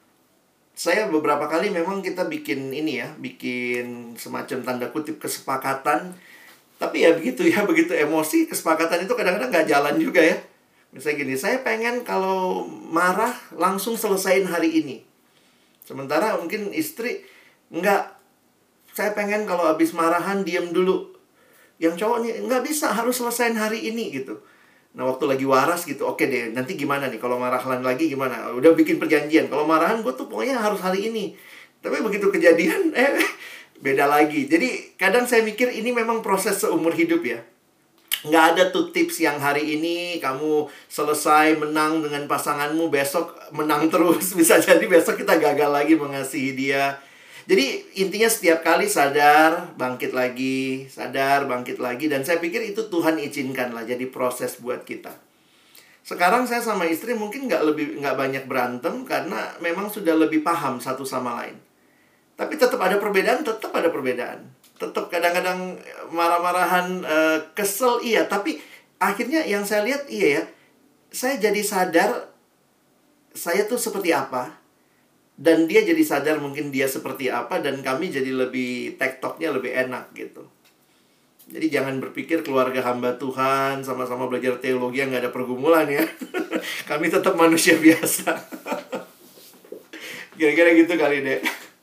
Saya beberapa kali memang kita bikin ini ya, bikin semacam tanda kutip kesepakatan. Tapi ya begitu ya, begitu emosi, kesepakatan itu kadang-kadang nggak jalan juga ya. Misalnya gini, saya pengen kalau marah langsung selesaiin hari ini. Sementara mungkin istri, enggak, saya pengen kalau habis marahan diam dulu. Yang cowok nih, enggak bisa, harus selesaiin hari ini gitu. Nah, waktu lagi waras gitu, oke deh, nanti gimana nih, kalau marahan lagi gimana? Udah bikin perjanjian, kalau marahan gue tuh pokoknya harus hari ini. Tapi begitu kejadian, eh, beda lagi. Jadi, kadang saya mikir ini memang proses seumur hidup ya. Nggak ada tuh tips yang hari ini kamu selesai menang dengan pasanganmu, besok menang terus. Bisa jadi besok kita gagal lagi mengasihi dia. Jadi intinya setiap kali sadar, bangkit lagi, sadar, bangkit lagi. Dan saya pikir itu Tuhan izinkan lah jadi proses buat kita. Sekarang saya sama istri mungkin nggak lebih nggak banyak berantem karena memang sudah lebih paham satu sama lain. Tapi tetap ada perbedaan, tetap ada perbedaan. Tetap kadang-kadang marah-marahan, uh, kesel, iya. Tapi akhirnya yang saya lihat, iya ya, saya jadi sadar saya tuh seperti apa. Dan dia jadi sadar mungkin dia seperti apa. Dan kami jadi lebih, tektoknya lebih enak gitu. Jadi jangan berpikir keluarga hamba Tuhan, sama-sama belajar teologi yang gak ada pergumulan ya. Kami tetap manusia biasa. Kira-kira gitu kali deh.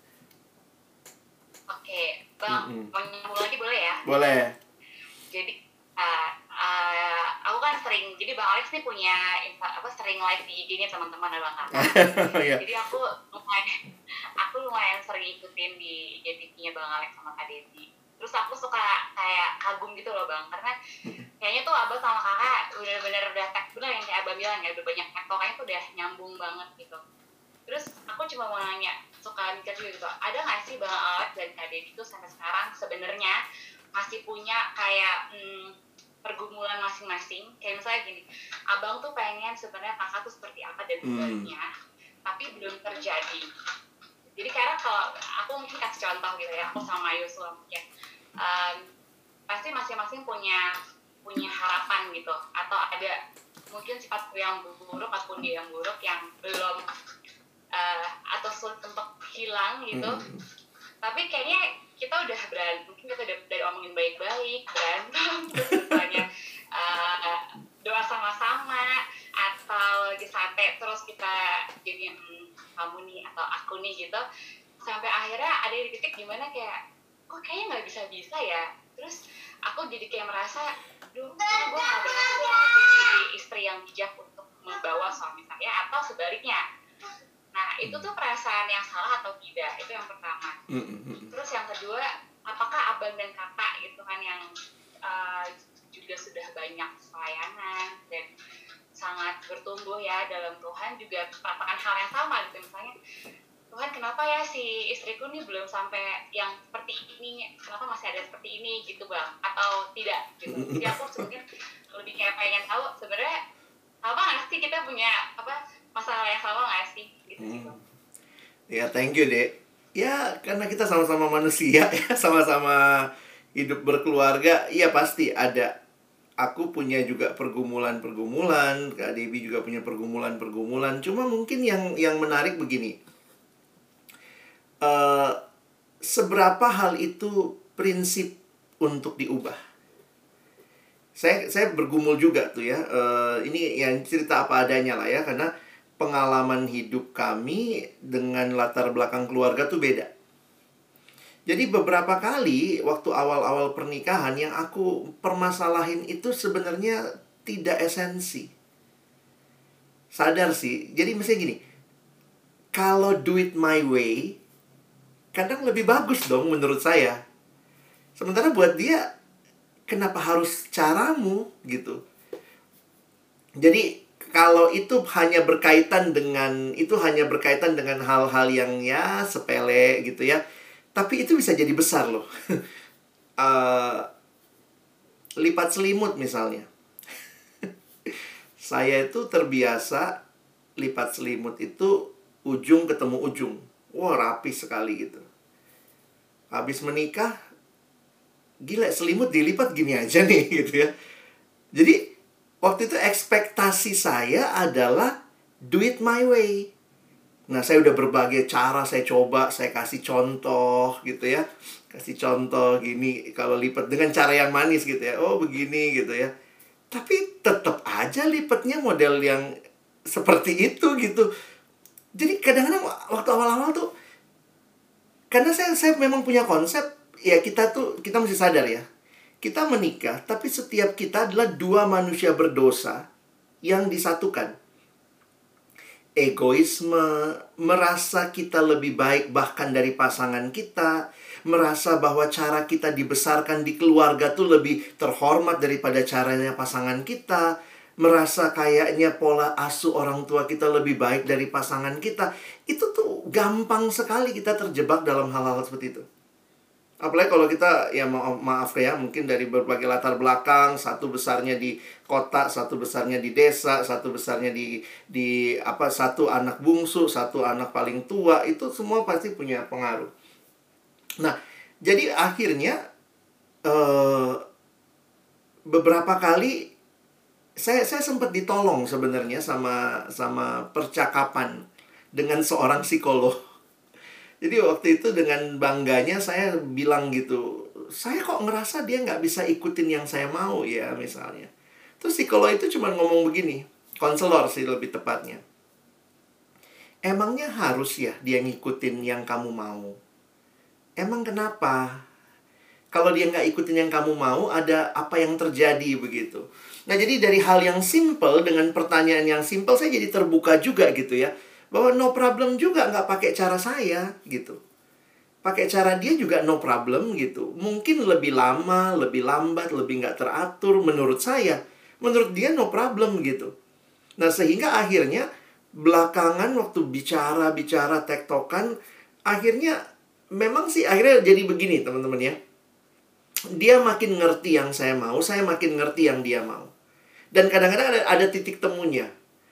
Bang, mm-hmm. mau nyambung lagi boleh ya? Boleh. Jadi, uh, uh, aku kan sering, jadi Bang Alex nih punya, apa sering live di I G-nya teman-teman ya Bang Alex. Yeah. Jadi aku lumayan, aku lumayan sering ikutin di I G T V-nya Bang Alex sama Kak Desi. Terus aku suka kayak kagum gitu loh Bang, karena kayaknya tuh Abang sama Kakak bener-bener udah tek, bener yang kayak Abang bilang ya, udah banyak tektokannya tuh udah nyambung banget gitu. Terus aku cuma mau nanya, suka mikir juga gitu, ada nggak sih Bang Alex dan Kak Dedi itu sampai sekarang sebenarnya masih punya kayak hmm, pergumulan masing-masing? Kayak misalnya gini, Abang tuh pengen sebenarnya Kakak tuh seperti apa dan sebenarnya, hmm. tapi belum terjadi. Jadi karena kalau aku mungkin kasih contoh gitu ya, aku sama Yosua mungkin, um, pasti masing-masing punya punya harapan gitu, atau ada mungkin sifatku yang buruk ataupun dia yang buruk yang belum Uh, atau sulit untuk hilang gitu, hmm. tapi kayaknya kita udah berantem, mungkin kita udah dari omongin baik-baik, berantem, terus misalnya uh, doa sama-sama, atau lagi sate, terus kita jadi hmm, kamu nih atau aku nih gitu, sampai akhirnya ada di titik dimana kayak, kok kayaknya nggak bisa-bisa ya, terus aku jadi kayak merasa, duh, gue nggak berhasil jadi istri yang bijak untuk membawa suami saya, atau sebaliknya. Nah, itu tuh perasaan yang salah atau tidak, itu yang pertama. Mm-hmm. Terus yang kedua, apakah abang dan kakak gitu kan yang uh, juga sudah banyak pelayanan dan sangat bertumbuh ya dalam Tuhan juga merasakan hal yang sama gitu. Misalnya, Tuhan kenapa ya si istriku nih belum sampai yang seperti ini, kenapa masih ada seperti ini gitu Bang, atau tidak gitu. Jadi aku mungkin lebih kayak pengen tahu sebenarnya apa nggak sih kita punya apa masalah yang sama nggak sih gitu sih Bang. Ya, thank you, Dek. Ya, karena kita sama-sama manusia ya, sama-sama hidup berkeluarga, ya pasti ada. Aku punya juga pergumulan-pergumulan, Kak Debbie juga punya pergumulan-pergumulan. Cuma mungkin yang yang menarik begini. Uh, seberapa hal itu prinsip untuk diubah? Saya saya bergumul juga tuh ya. Uh, ini yang cerita apa adanya lah ya, karena pengalaman hidup kami dengan latar belakang keluarga tuh beda. Jadi beberapa kali waktu awal-awal pernikahan yang aku permasalahin itu sebenarnya tidak esensi. Sadar sih. Jadi misalnya gini, kalau do it my way, kadang lebih bagus dong menurut saya. Sementara buat dia, kenapa harus caramu gitu. Jadi kalau itu hanya berkaitan dengan itu hanya berkaitan dengan hal-hal yang ya sepele gitu ya. Tapi itu bisa jadi besar loh. uh, lipat selimut misalnya. Saya itu terbiasa lipat selimut itu ujung ketemu ujung. Wah, rapi sekali gitu. Habis menikah, gila selimut dilipat gini aja nih gitu ya. Jadi waktu itu ekspektasi saya adalah do it my way. Nah, saya udah berbagai cara saya coba, saya kasih contoh gitu ya. Kasih contoh gini, kalau lipat dengan cara yang manis gitu ya. Oh, begini gitu ya. Tapi tetap aja lipatnya model yang seperti itu gitu. Jadi kadang-kadang waktu awal-awal tuh, karena saya saya memang punya konsep, ya kita tuh, kita mesti sadar ya. Kita menikah, tapi setiap kita adalah dua manusia berdosa yang disatukan. Egoisme, merasa kita lebih baik bahkan dari pasangan kita, merasa bahwa cara kita dibesarkan di keluarga tuh lebih terhormat daripada caranya pasangan kita, merasa kayaknya pola asuh orang tua kita lebih baik dari pasangan kita. Itu tuh gampang sekali kita terjebak dalam hal-hal seperti itu. Apalagi kalau kita, ya maaf, maaf ya, mungkin dari berbagai latar belakang, satu besarnya di kota, satu besarnya di desa, satu besarnya di di apa satu anak bungsu, satu anak paling tua, itu semua pasti punya pengaruh. Nah, jadi akhirnya eh, beberapa kali saya saya sempat ditolong sebenarnya sama sama percakapan dengan seorang psikolog. Jadi waktu itu dengan bangganya saya bilang gitu, saya kok ngerasa dia nggak bisa ikutin yang saya mau ya misalnya. Terus psikolog itu cuma ngomong begini, konselor sih lebih tepatnya. Emangnya harus ya dia ngikutin yang kamu mau? Emang kenapa? Kalau dia nggak ikutin yang kamu mau, ada apa yang terjadi begitu. Nah, jadi dari hal yang simple, dengan pertanyaan yang simple, saya jadi terbuka juga gitu ya. Bahwa no problem juga nggak pakai cara saya gitu. Pakai cara dia juga no problem gitu. Mungkin lebih lama, lebih lambat, lebih nggak teratur menurut saya. Menurut dia no problem gitu. Nah, sehingga akhirnya belakangan waktu bicara-bicara tektokan, akhirnya memang sih akhirnya jadi begini teman-teman ya. Dia makin ngerti yang saya mau, saya makin ngerti yang dia mau. Dan kadang-kadang ada, ada titik temunya.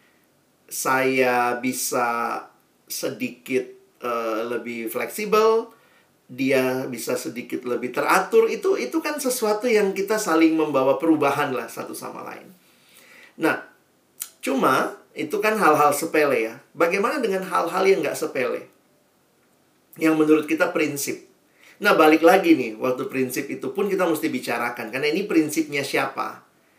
Saya bisa sedikit uh, lebih fleksibel, dia bisa sedikit lebih teratur. Itu itu kan sesuatu yang kita saling membawa perubahan lah satu sama lain. Nah, cuma itu kan hal-hal sepele ya. Bagaimana dengan hal-hal yang nggak sepele? Yang menurut kita prinsip. Nah, balik lagi nih, waktu prinsip itu pun kita mesti bicarakan. Karena ini prinsipnya siapa?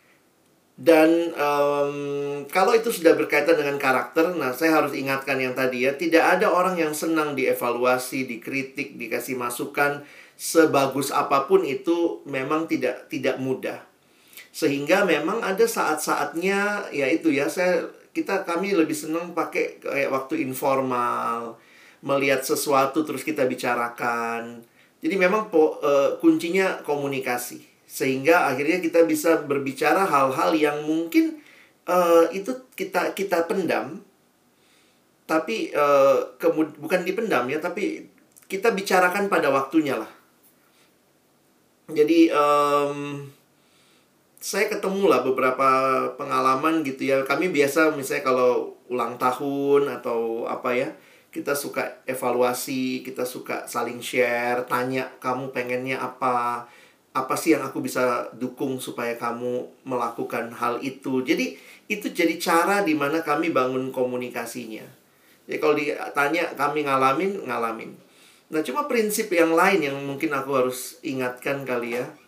Dan um, kalau itu sudah berkaitan dengan karakter, nah saya harus ingatkan yang tadi ya, tidak ada orang yang senang dievaluasi, dikritik, dikasih masukan. Sebagus apapun itu memang tidak tidak mudah. Sehingga memang ada saat-saatnya, ya itu ya, saya kita kami lebih senang pakai kayak waktu informal, melihat sesuatu terus kita bicarakan. Jadi memang po, uh, kuncinya komunikasi. Sehingga akhirnya kita bisa berbicara hal-hal yang mungkin uh, itu kita kita pendam, tapi uh, kemud- bukan dipendam ya, tapi kita bicarakan pada waktunya lah. Jadi um, saya ketemu lah beberapa pengalaman gitu ya. Kami biasa misalnya kalau ulang tahun atau apa ya, kita suka evaluasi, kita suka saling share, tanya kamu pengennya apa, apa sih yang aku bisa dukung supaya kamu melakukan hal itu. Jadi itu jadi cara di mana kami bangun komunikasinya. Jadi kalau ditanya kami ngalamin, ngalamin. Nah, cuma prinsip yang lain yang mungkin aku harus ingatkan kali ya.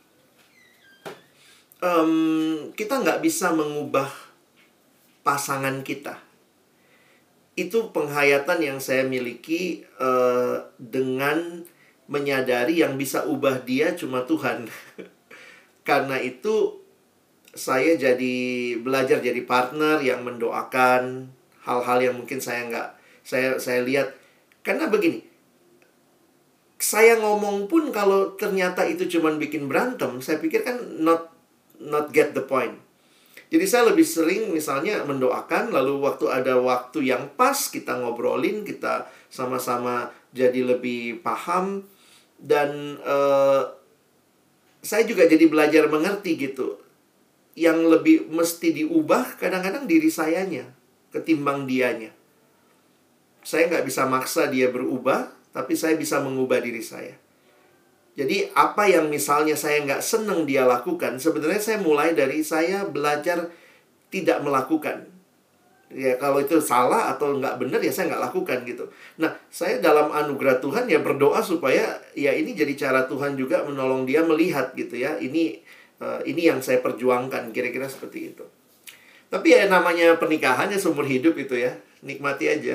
Um, kita nggak bisa mengubah pasangan kita. Itu penghayatan yang saya miliki uh, dengan menyadari yang bisa ubah dia cuma Tuhan. Karena itu saya jadi belajar jadi partner yang mendoakan hal-hal yang mungkin saya nggak saya saya lihat. Karena begini, saya ngomong pun kalau ternyata itu cuma bikin berantem, saya pikir kan not not get the point. Jadi saya lebih sering misalnya mendoakan, lalu waktu ada waktu yang pas kita ngobrolin, kita sama-sama jadi lebih paham. Dan uh, saya juga jadi belajar mengerti gitu. Yang lebih mesti diubah kadang-kadang diri sayanya ketimbang dianya. Saya nggak bisa maksa dia berubah, tapi saya bisa mengubah diri saya. Jadi apa yang misalnya saya nggak seneng dia lakukan, sebenarnya saya mulai dari saya belajar tidak melakukan. Ya kalau itu salah atau nggak benar ya saya nggak lakukan gitu. Nah, saya dalam anugerah Tuhan ya berdoa supaya ya ini jadi cara Tuhan juga menolong dia melihat gitu ya. Ini uh, ini yang saya perjuangkan, kira-kira seperti itu. Tapi ya namanya pernikahan ya seumur hidup itu ya. Nikmati aja.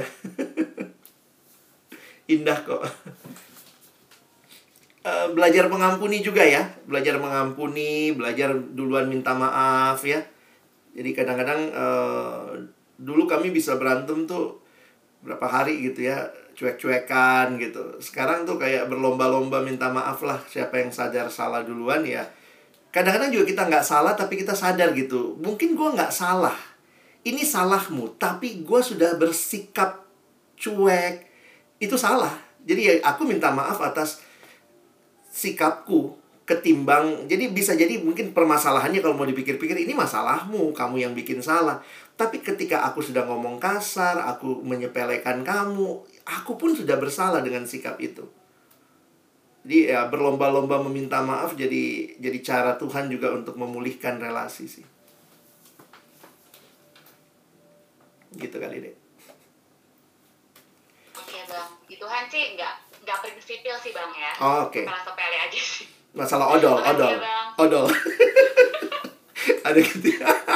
Indah kok. Uh, belajar mengampuni juga ya. Belajar mengampuni, belajar duluan minta maaf ya. Jadi kadang-kadang uh, dulu kami bisa berantem tuh berapa hari gitu ya, cuek-cuekan gitu. Sekarang tuh kayak berlomba-lomba minta maaf lah. Siapa yang sadar salah duluan ya. Kadang-kadang juga kita nggak salah tapi kita sadar gitu. Mungkin gue nggak salah. Ini salahmu, tapi gue sudah bersikap cuek. Itu salah. Jadi ya aku minta maaf atas sikapku ketimbang. Jadi bisa jadi mungkin permasalahannya kalau mau dipikir-pikir ini masalahmu, kamu yang bikin salah. Tapi ketika aku sudah ngomong kasar, aku menyepelekan kamu, aku pun sudah bersalah dengan sikap itu. Jadi ya berlomba-lomba meminta maaf jadi jadi cara Tuhan juga untuk memulihkan relasi sih. Gitu kali deh. Oke bang, di Tuhan sih nggak nggak prinsipil sih bang ya. Oh, oke. Masalah sepele aja sih. Masalah odol, Makasih odol, ya, Bang. odol. Ada gitu.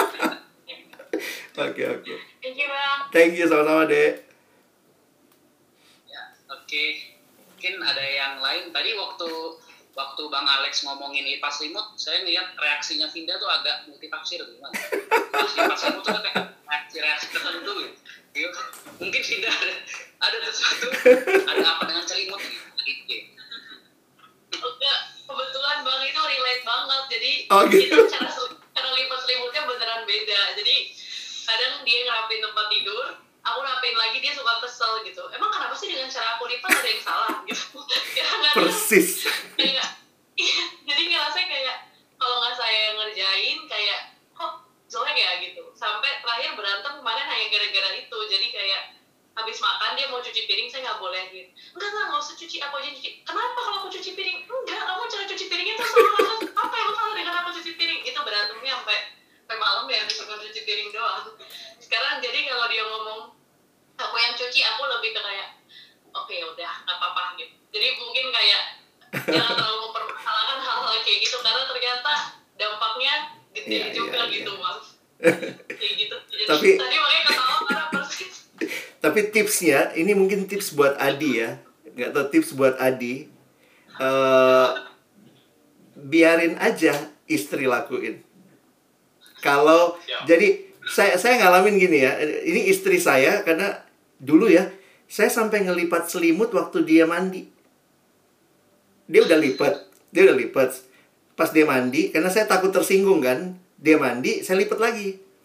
Oke oke. Thank you bang. Thank you sama-sama deh. Ya, oke. Okay. Mungkin ada yang lain. Tadi waktu waktu Bang Alex ngomongin Lipas Limut, saya ngeliat reaksinya Vinda tuh agak multitafsir gimana. Pas Lipas Limut tuh kayak reaksi-reaksi tertentu gitu. Mungkin Vinda ada, ada sesuatu, ada apa dengan selimut gitu. Oke, kebetulan bang itu relate banget. Jadi Oh, gitu. itu cara cara lipat selimutnya beneran beda. Jadi kadang dia ngerapin tempat tidur, aku rapin lagi dia suka kesel gitu. Emang kenapa sih dengan cara aku lipat ada yang salah gitu? Kadang-kadang Persis. kayak iya, jadi ngerasa kayak kalau nggak saya yang ngerjain kayak kok jelek ya gitu. Sampai terakhir berantem kemarin hanya gara-gara itu. Jadi kayak habis makan dia mau cuci piring, saya nggak boleh gitu. Enggak enggak nggak usah cuci, aku aja cuci. Kenapa kalau aku cuci piring? Enggak, kamu cara cuci piringnya tuh salah. Apa yang salah dengan aku cuci piring? Itu berantemnya sampai sampai malam ya cuma cuci piring doang. Sekarang jadi kalau dia ngomong aku yang cuci, aku lebih ke kayak oke okay, udah nggak apa-apa gitu. Jadi mungkin kayak jangan terlalu mempermasalahkan hal-hal kayak gitu karena ternyata dampaknya gede Iya, juga iya, gitu iya. mas. Kayak gitu. Jadi Tapi- tadi makanya ketawa karena persis. Tapi tipsnya, ini mungkin tips buat Adi ya. Nggak tahu tips buat Adi. Eh, biarin aja istri lakuin. Kalau jadi saya saya ngalamin gini ya. Ini istri saya karena dulu ya saya sampai ngelipat selimut waktu dia mandi. Dia udah lipat, dia udah lipat. Pas dia mandi, karena saya takut tersinggung kan, dia mandi, saya lipat lagi.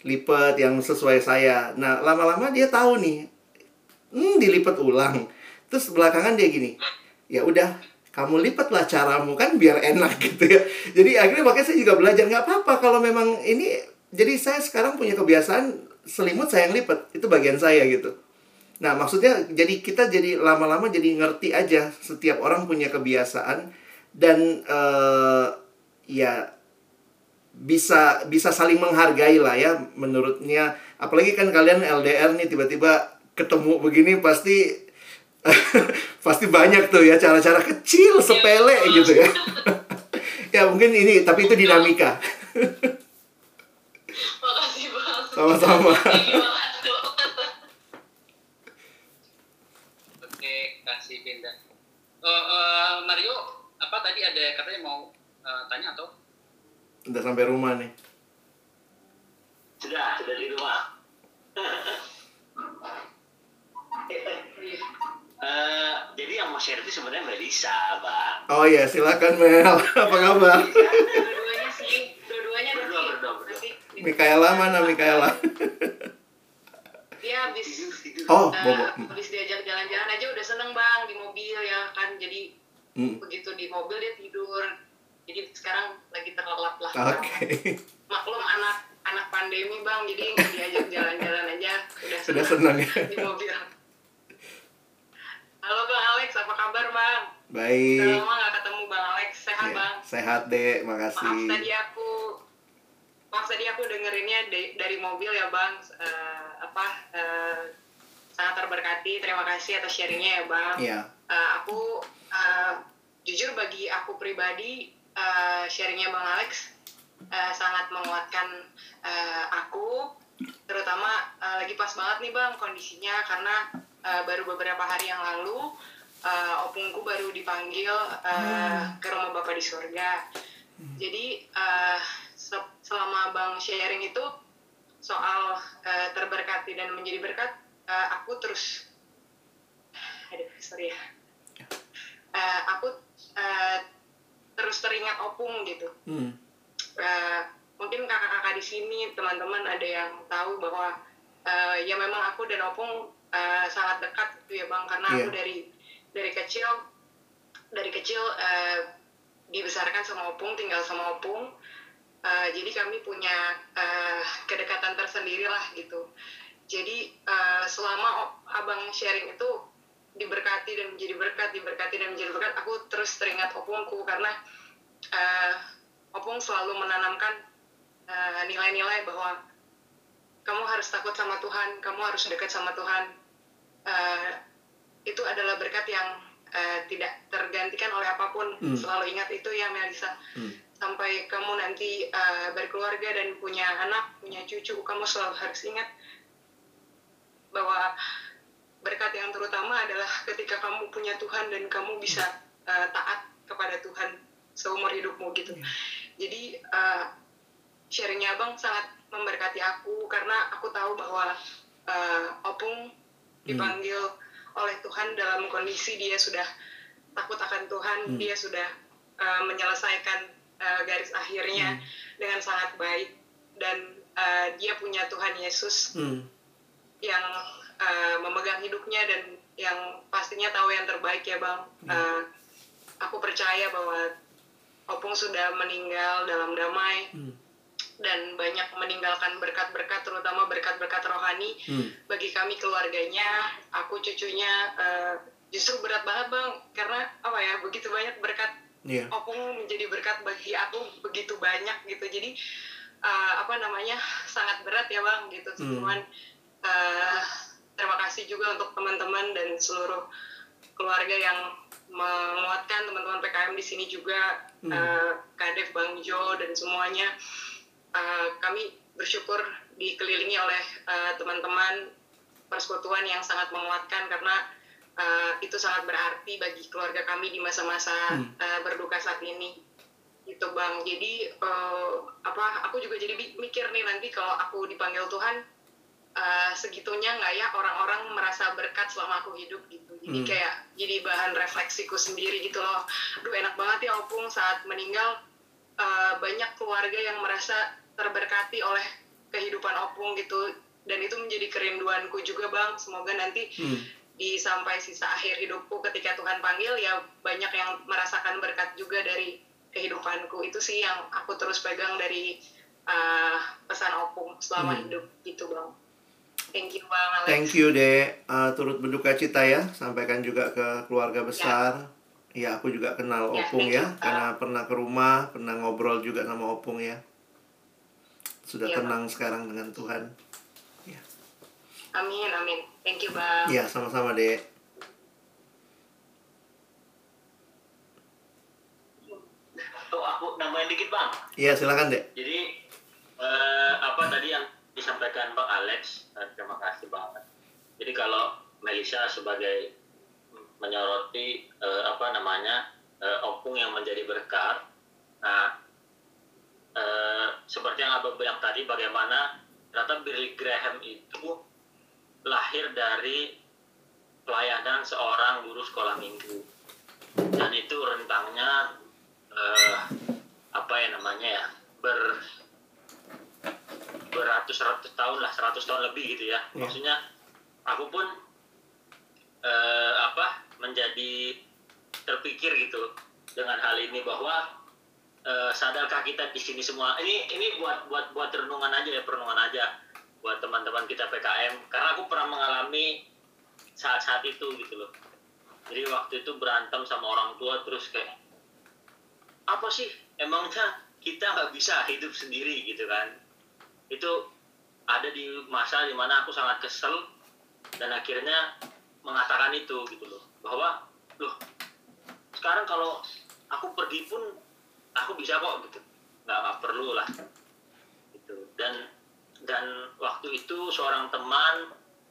lipat yang sesuai saya. Nah, lama-lama dia tahu nih, hmm, dilipat ulang. Terus belakangan dia gini, ya udah, kamu lipatlah caramu kan biar enak gitu ya. Jadi akhirnya makanya saya juga belajar, nggak apa-apa kalau memang ini. Jadi saya sekarang punya kebiasaan selimut saya yang lipat, itu bagian saya gitu. Nah, maksudnya jadi kita jadi lama-lama jadi ngerti aja, setiap orang punya kebiasaan dan uh, ya bisa bisa saling menghargai lah ya menurutnya. Apalagi kan kalian L D R nih, tiba-tiba ketemu begini pasti pasti banyak tuh ya cara-cara kecil sepele gitu ya. Ya mungkin ini, tapi itu dinamika. Makasih Bang. Sama-sama. Oke, kasih Benda. Uh, uh, Mario, apa tadi ada katanya mau uh, tanya atau? Udah sampai rumah nih. Sudah, sudah di rumah. Uh, jadi yang mau share itu sebenarnya Mbak Lisa, Bang. Oh iya, silakan Mel. Apa kabar? Dua-duanya sih, dua-duanya Berdua, nanti. berdua, berdua. Nanti. Mikaela mana Mikaela? Dia habis Oh, uh, bobo. habis diajak jalan-jalan aja udah seneng Bang di mobil ya kan. Jadi Hmm. begitu di mobil dia tidur. Jadi sekarang lagi terlelap lah. Oke. Okay. Maklum anak anak pandemi Bang, jadi nggak diajak jalan-jalan aja udah Sudah seneng senang ya. di mobil. Halo Bang Alex, apa kabar Bang? Udah Baik. lama nggak ketemu Bang Alex, sehat Ya, Bang? sehat deh, Maaf makasih. tadi aku maaf tadi aku dengerinnya de- dari mobil ya Bang. Eh, apa eh, sangat terberkati, terima kasih atas sharingnya ya Bang. Iya. Eh, aku eh, jujur bagi aku pribadi eh, sharingnya Bang Alex eh, sangat menguatkan eh, aku, terutama eh, lagi pas banget nih Bang kondisinya karena eh, baru beberapa hari yang lalu eh, opungku baru dipanggil eh, ke rumah Bapa di surga. Jadi uh, se- selama Bang sharing itu soal uh, terberkati dan menjadi berkat, uh, aku terus, aduh sorry ya, uh, aku uh, terus teringat opung gitu. Hmm. Uh, mungkin kakak-kakak di sini teman-teman ada yang tahu bahwa uh, ya memang aku dan opung uh, sangat dekat gitu ya Bang, karena Yeah. aku dari dari kecil dari kecil uh, dibesarkan sama opung, tinggal sama opung, uh, jadi kami punya uh, kedekatan tersendiri lah gitu. Jadi uh, selama op- abang sharing itu diberkati dan menjadi berkat, diberkati dan menjadi berkat, aku terus teringat opungku karena uh, opung selalu menanamkan uh, nilai-nilai bahwa kamu harus takut sama Tuhan, kamu harus dekat sama Tuhan. Uh, itu adalah berkat yang Uh, tidak tergantikan oleh apapun. Hmm. Selalu ingat itu ya Melisa. Hmm. Sampai kamu nanti uh, berkeluarga dan punya anak, punya cucu, kamu selalu harus ingat bahwa berkat yang terutama adalah ketika kamu punya Tuhan dan kamu bisa uh, taat kepada Tuhan seumur hidupmu gitu. Hmm. Jadi uh, sharingnya Abang sangat memberkati aku karena aku tahu bahwa uh, opung dipanggil hmm. oleh Tuhan dalam kondisi dia sudah takut akan Tuhan, hmm. dia sudah uh, menyelesaikan uh, garis akhirnya hmm. dengan sangat baik, dan uh, dia punya Tuhan Yesus hmm. yang uh, memegang hidupnya dan yang pastinya tahu yang terbaik ya Bang. Hmm. Uh, aku percaya bahwa opung sudah meninggal dalam damai. Hmm. Dan banyak meninggalkan berkat-berkat, terutama berkat-berkat rohani hmm. bagi kami keluarganya, aku cucunya. Uh, justru berat banget Bang, karena apa ya, begitu banyak berkat. Yeah. Opung menjadi berkat bagi aku begitu banyak gitu. Jadi uh, apa namanya, sangat berat ya Bang gitu. Hmm. Cuman uh, terima kasih juga untuk teman-teman dan seluruh keluarga yang menguatkan, teman-teman P K M di sini juga, hmm. uh, Kadef, Bang Jo dan semuanya. Uh, kami bersyukur dikelilingi oleh uh, teman-teman persekutuan yang sangat menguatkan, karena uh, itu sangat berarti bagi keluarga kami di masa-masa hmm. uh, berduka saat ini gitu Bang. Jadi uh, apa aku juga jadi mikir nih, nanti kalau aku dipanggil Tuhan uh, segitunya nggak ya orang-orang merasa berkat selama aku hidup gitu. Jadi hmm. kayak jadi bahan refleksiku sendiri gitu loh. Aduh enak banget ya opung saat meninggal, uh, banyak keluarga yang merasa terberkati oleh kehidupan opung gitu, dan itu menjadi kerinduanku juga Bang. Semoga nanti hmm. di sampai sisa akhir hidupku ketika Tuhan panggil ya banyak yang merasakan berkat juga dari kehidupanku. Itu sih yang aku terus pegang dari uh, pesan opung selama hmm. hidup gitu Bang. Thank you Bang Alex. Thank you Dek, uh, turut berduka cita ya, sampaikan juga ke keluarga besar. Ya, ya aku juga kenal ya, opung ya, you. Karena pernah ke rumah, pernah ngobrol juga sama opung ya. Sudah ya, tenang Bang. Sekarang dengan Tuhan. Ya. Amin, amin. Thank you Bang. Ya, sama-sama Dek. Tuh aku nambahin dikit Bang. Iya, silakan Dek. Jadi uh, apa tadi yang disampaikan Bang Alex, uh, terima kasih banget. Jadi kalau Melissa sebagai menyoroti uh, apa namanya uh, opung yang menjadi berkat, nah uh, seperti yang Abang bilang tadi, bagaimana ternyata Billy Graham itu lahir dari pelayanan seorang guru sekolah minggu, dan itu rentangnya uh, apa ya namanya ya ber beratus-ratus tahun lah, seratus tahun lebih gitu ya. Maksudnya aku pun uh, apa menjadi terpikir gitu dengan hal ini, bahwa uh, sadarkah kita di sini semua ini ini buat buat buat renungan aja ya, perenungan aja buat teman-teman kita P K M, karena aku pernah mengalami saat-saat itu gitu loh. Jadi waktu itu berantem sama orang tua, terus kayak apa sih emangnya kita nggak bisa hidup sendiri gitu kan. Itu ada di masa dimana aku sangat kesel dan akhirnya mengatakan itu gitu loh, bahwa loh sekarang kalau aku pergi pun aku bisa kok gitu, nggak nggak perlu lah gitu. Dan dan waktu itu seorang teman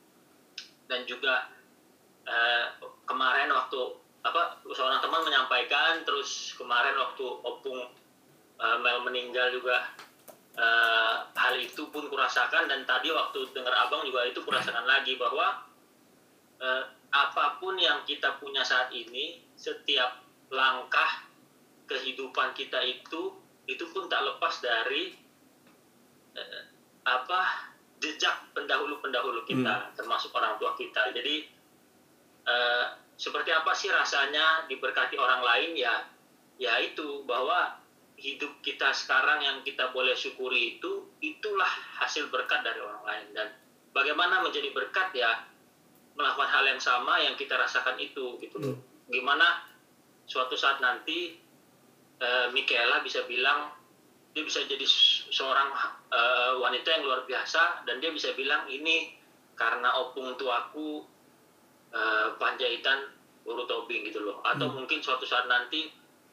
dan juga eh, kemarin waktu apa seorang teman menyampaikan, terus kemarin waktu opung eh, Mel meninggal juga eh, hal itu pun kurasakan, dan tadi waktu dengar Abang juga itu kurasakan lagi, bahwa eh, apapun yang kita punya saat ini, setiap langkah kehidupan kita itu itu pun tak lepas dari eh, apa jejak pendahulu-pendahulu kita, hmm. termasuk orang tua kita. Jadi eh, seperti apa sih rasanya diberkati orang lain ya, ya itu bahwa hidup kita sekarang yang kita boleh syukuri itu, itulah hasil berkat dari orang lain. Dan bagaimana menjadi berkat ya melakukan hal yang sama yang kita rasakan itu gitu loh. Hmm. Gimana suatu saat nanti uh, Michaela bisa bilang dia bisa jadi seorang uh, wanita yang luar biasa, dan dia bisa bilang ini karena opung tuaku uh, Panjaitan Guru Tobing gitu loh. Atau hmm. mungkin suatu saat nanti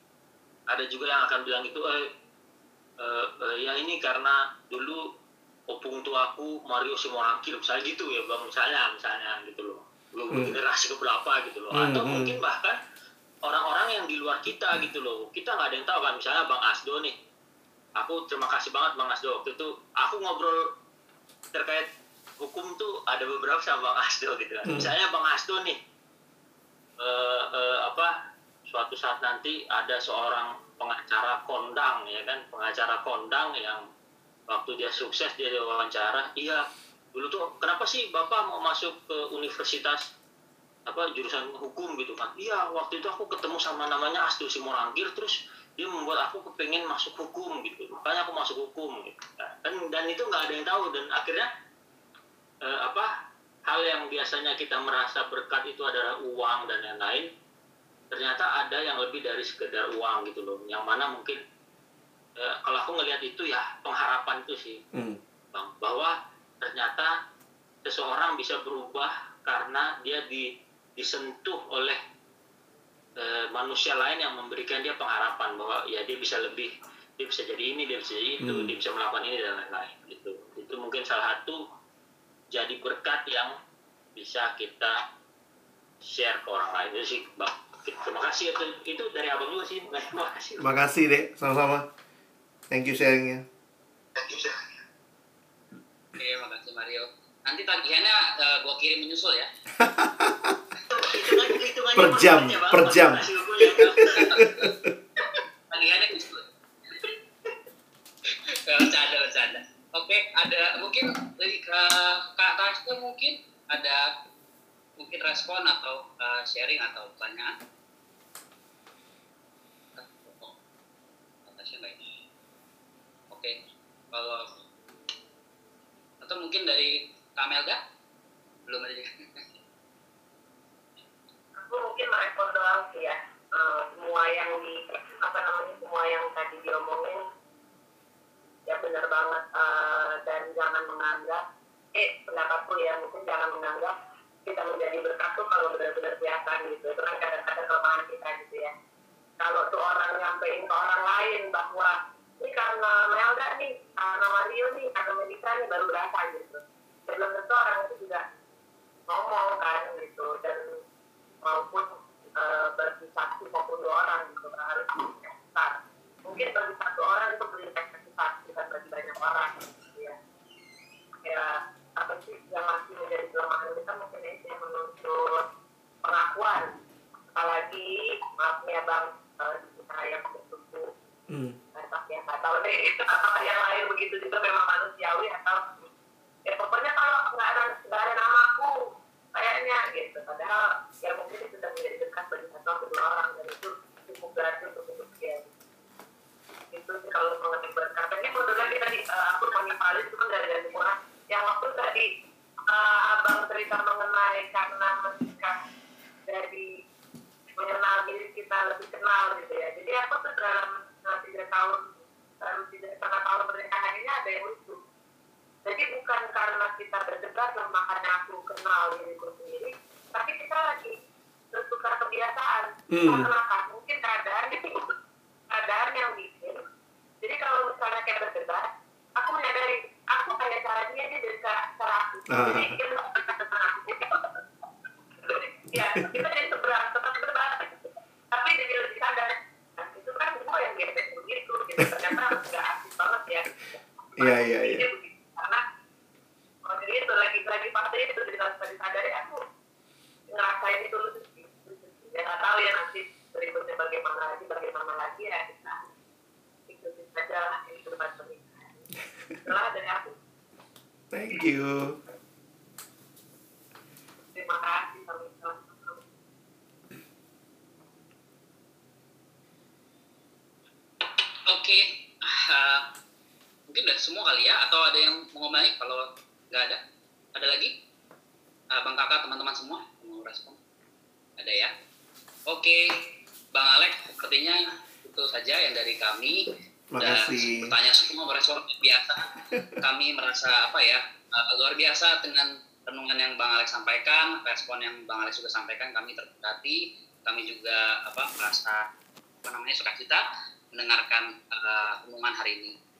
ada juga yang akan bilang gitu, eh, eh, eh ya ini karena dulu opung tuaku Mario Simorangkil, misalnya gitu ya Bang, misalnya misalnya gitu loh, belum hmm. generasi keberapa gitu loh. Hmm. Atau mungkin bahkan orang-orang yang di luar kita gitu loh, kita nggak ada yang tahu kan. Misalnya Bang Asdo nih, aku terima kasih banget Bang Asdo, waktu itu aku ngobrol terkait hukum tuh ada beberapa sama Bang Asdo gitu kan. Hmm. Misalnya Bang Asdo nih eh, eh, apa suatu saat nanti ada seorang pengacara kondang ya kan, pengacara kondang yang waktu dia sukses dia diwawancara, iya dulu tuh kenapa sih Bapak mau masuk ke universitas apa jurusan hukum gitu kan. Iya waktu itu aku ketemu sama namanya Asdo Simorangkir, terus dia membuat aku kepengen masuk hukum gitu, makanya aku masuk hukum gitu. Dan, dan itu nggak ada yang tahu, dan akhirnya eh, apa hal yang biasanya kita merasa berkat itu adalah uang dan lain-lain, ternyata ada yang lebih dari sekedar uang gitu loh, yang mana mungkin eh, kalau aku ngelihat itu ya pengharapan itu sih hmm. Bang, bahwa ternyata seseorang bisa berubah karena dia di, disentuh oleh eh, manusia lain yang memberikan dia pengharapan bahwa ya dia bisa lebih, dia bisa jadi ini, dia bisa jadi itu, hmm. dia bisa melakukan ini dan lain-lain gitu. Itu mungkin salah satu jadi berkat yang bisa kita share ke orang lain itu sih Bang. Terima kasih, itu, itu dari Abang juga sih. Terima kasih. Terima kasih Dek, sama-sama. Thank you sharingnya. Thank you sharingnya. Oke, makasih Mario. Nanti tagihannya uh, gue kirim menyusul ya. Per jam, per jam. Tagihannya menyusul. Bercanda, bercanda. Oke, ada mungkin dari uh, Kak Tasya mungkin ada mungkin respon atau uh, sharing atau pertanyaan. Oh, Kak Tasya nggak ini. Oke, kalau atau mungkin dari Kak Melda belum ada. Aku mungkin merespon doang sih ya. Uh, semua yang di apa namanya semua yang tadi diomongin ya benar banget, uh, dan jangan menganggap eh pendapatku ya mungkin jangan menganggap kita menjadi berkat tuh kalau benar-benar kelihatan gitu. Itu kan kadang-kadang kelemahan kita gitu ya. Kalau tuh orang nyampein ke orang lain bahwa ini karena Melda nih, karena Mario nih, karena Melita nih baru berasa gitu. Belum tentu orang itu juga ngomong kan gitu, dan maupun uh, bagi satu maupun dua orang gitu harus besar. Mungkin bagi satu orang itu berinvestasi besar, bukan bagi banyak orang gitu ya. Ya apa sih yang masih menjadi kelemahan kita mungkin itu yang menuntut pengakuan. Apalagi maaf ya bang, uh, di kita yang bertumbuh. Hmm. Tapi yang nggak tahu deh apakah yang lain begitu juga memang manusiawi atau ya pokoknya kalau nggak ada nggak ada namaku kayaknya gitu. Padahal ya mungkin itu sudah menjadi dekat bagi satu atau dua orang dan itu cukup berarti untuk hidup dia. Itu sih kalau mengenai berkat. Ini mundur lagi tadi uh, aku menyimpalin itu kan dari dari orang yang waktu tadi uh, abang cerita mengenai karena menikah dari mengenal diri kita lebih kenal gitu ya. Jadi aku tuh dalam tiga tahun dalam tiga setengah tahun pernikahan ini ada yang lucu. Jadi bukan karena kita berdebat lah makanya aku kenal diriku sendiri, tapi kita lagi bertukar kebiasaan. Hmm. Kenapa? Mungkin keadaan keadaan yang bikin. Jadi kalau misalnya kayak berdebat, aku menyadari aku kayak cara dia dia dari cara, cara aku. Uh. Jadi dia berdebat tentang aku. Ya kita jadi seberang tetap berdebat, tapi jadi lebih sadar. Nah, itu kan gue yang gesek begitu. Gitu. Ternyata nggak aktif banget ya. Iya iya iya. Karena kalau jadi itu lagi-lagi pasti itu disadari aku ngerasain itu lucu sih. Ya nggak tahu ya nanti berikutnya bagaimana lagi bagaimana lagi ya kita ikutin saja lah kehidupan pernikahan. Itulah dari aku. Thank you. Terima kasih sama-sama. Oke, uh, mungkin udah semua kali ya, atau ada yang mau ngomong lagi? Kalau nggak ada, ada lagi? Uh, Bang Kakak, teman-teman semua mau respon? Ada ya? Oke, Bang Alex, sepertinya itu saja yang dari kami. Makasih. Bertanya semua, merespon biasa. Kami merasa apa ya, uh, luar biasa dengan renungan yang Bang Alex sampaikan, respon yang Bang Alex juga sampaikan. Kami terberkati, kami juga apa merasa apa namanya sukacita mendengarkan uh, renungan hari ini.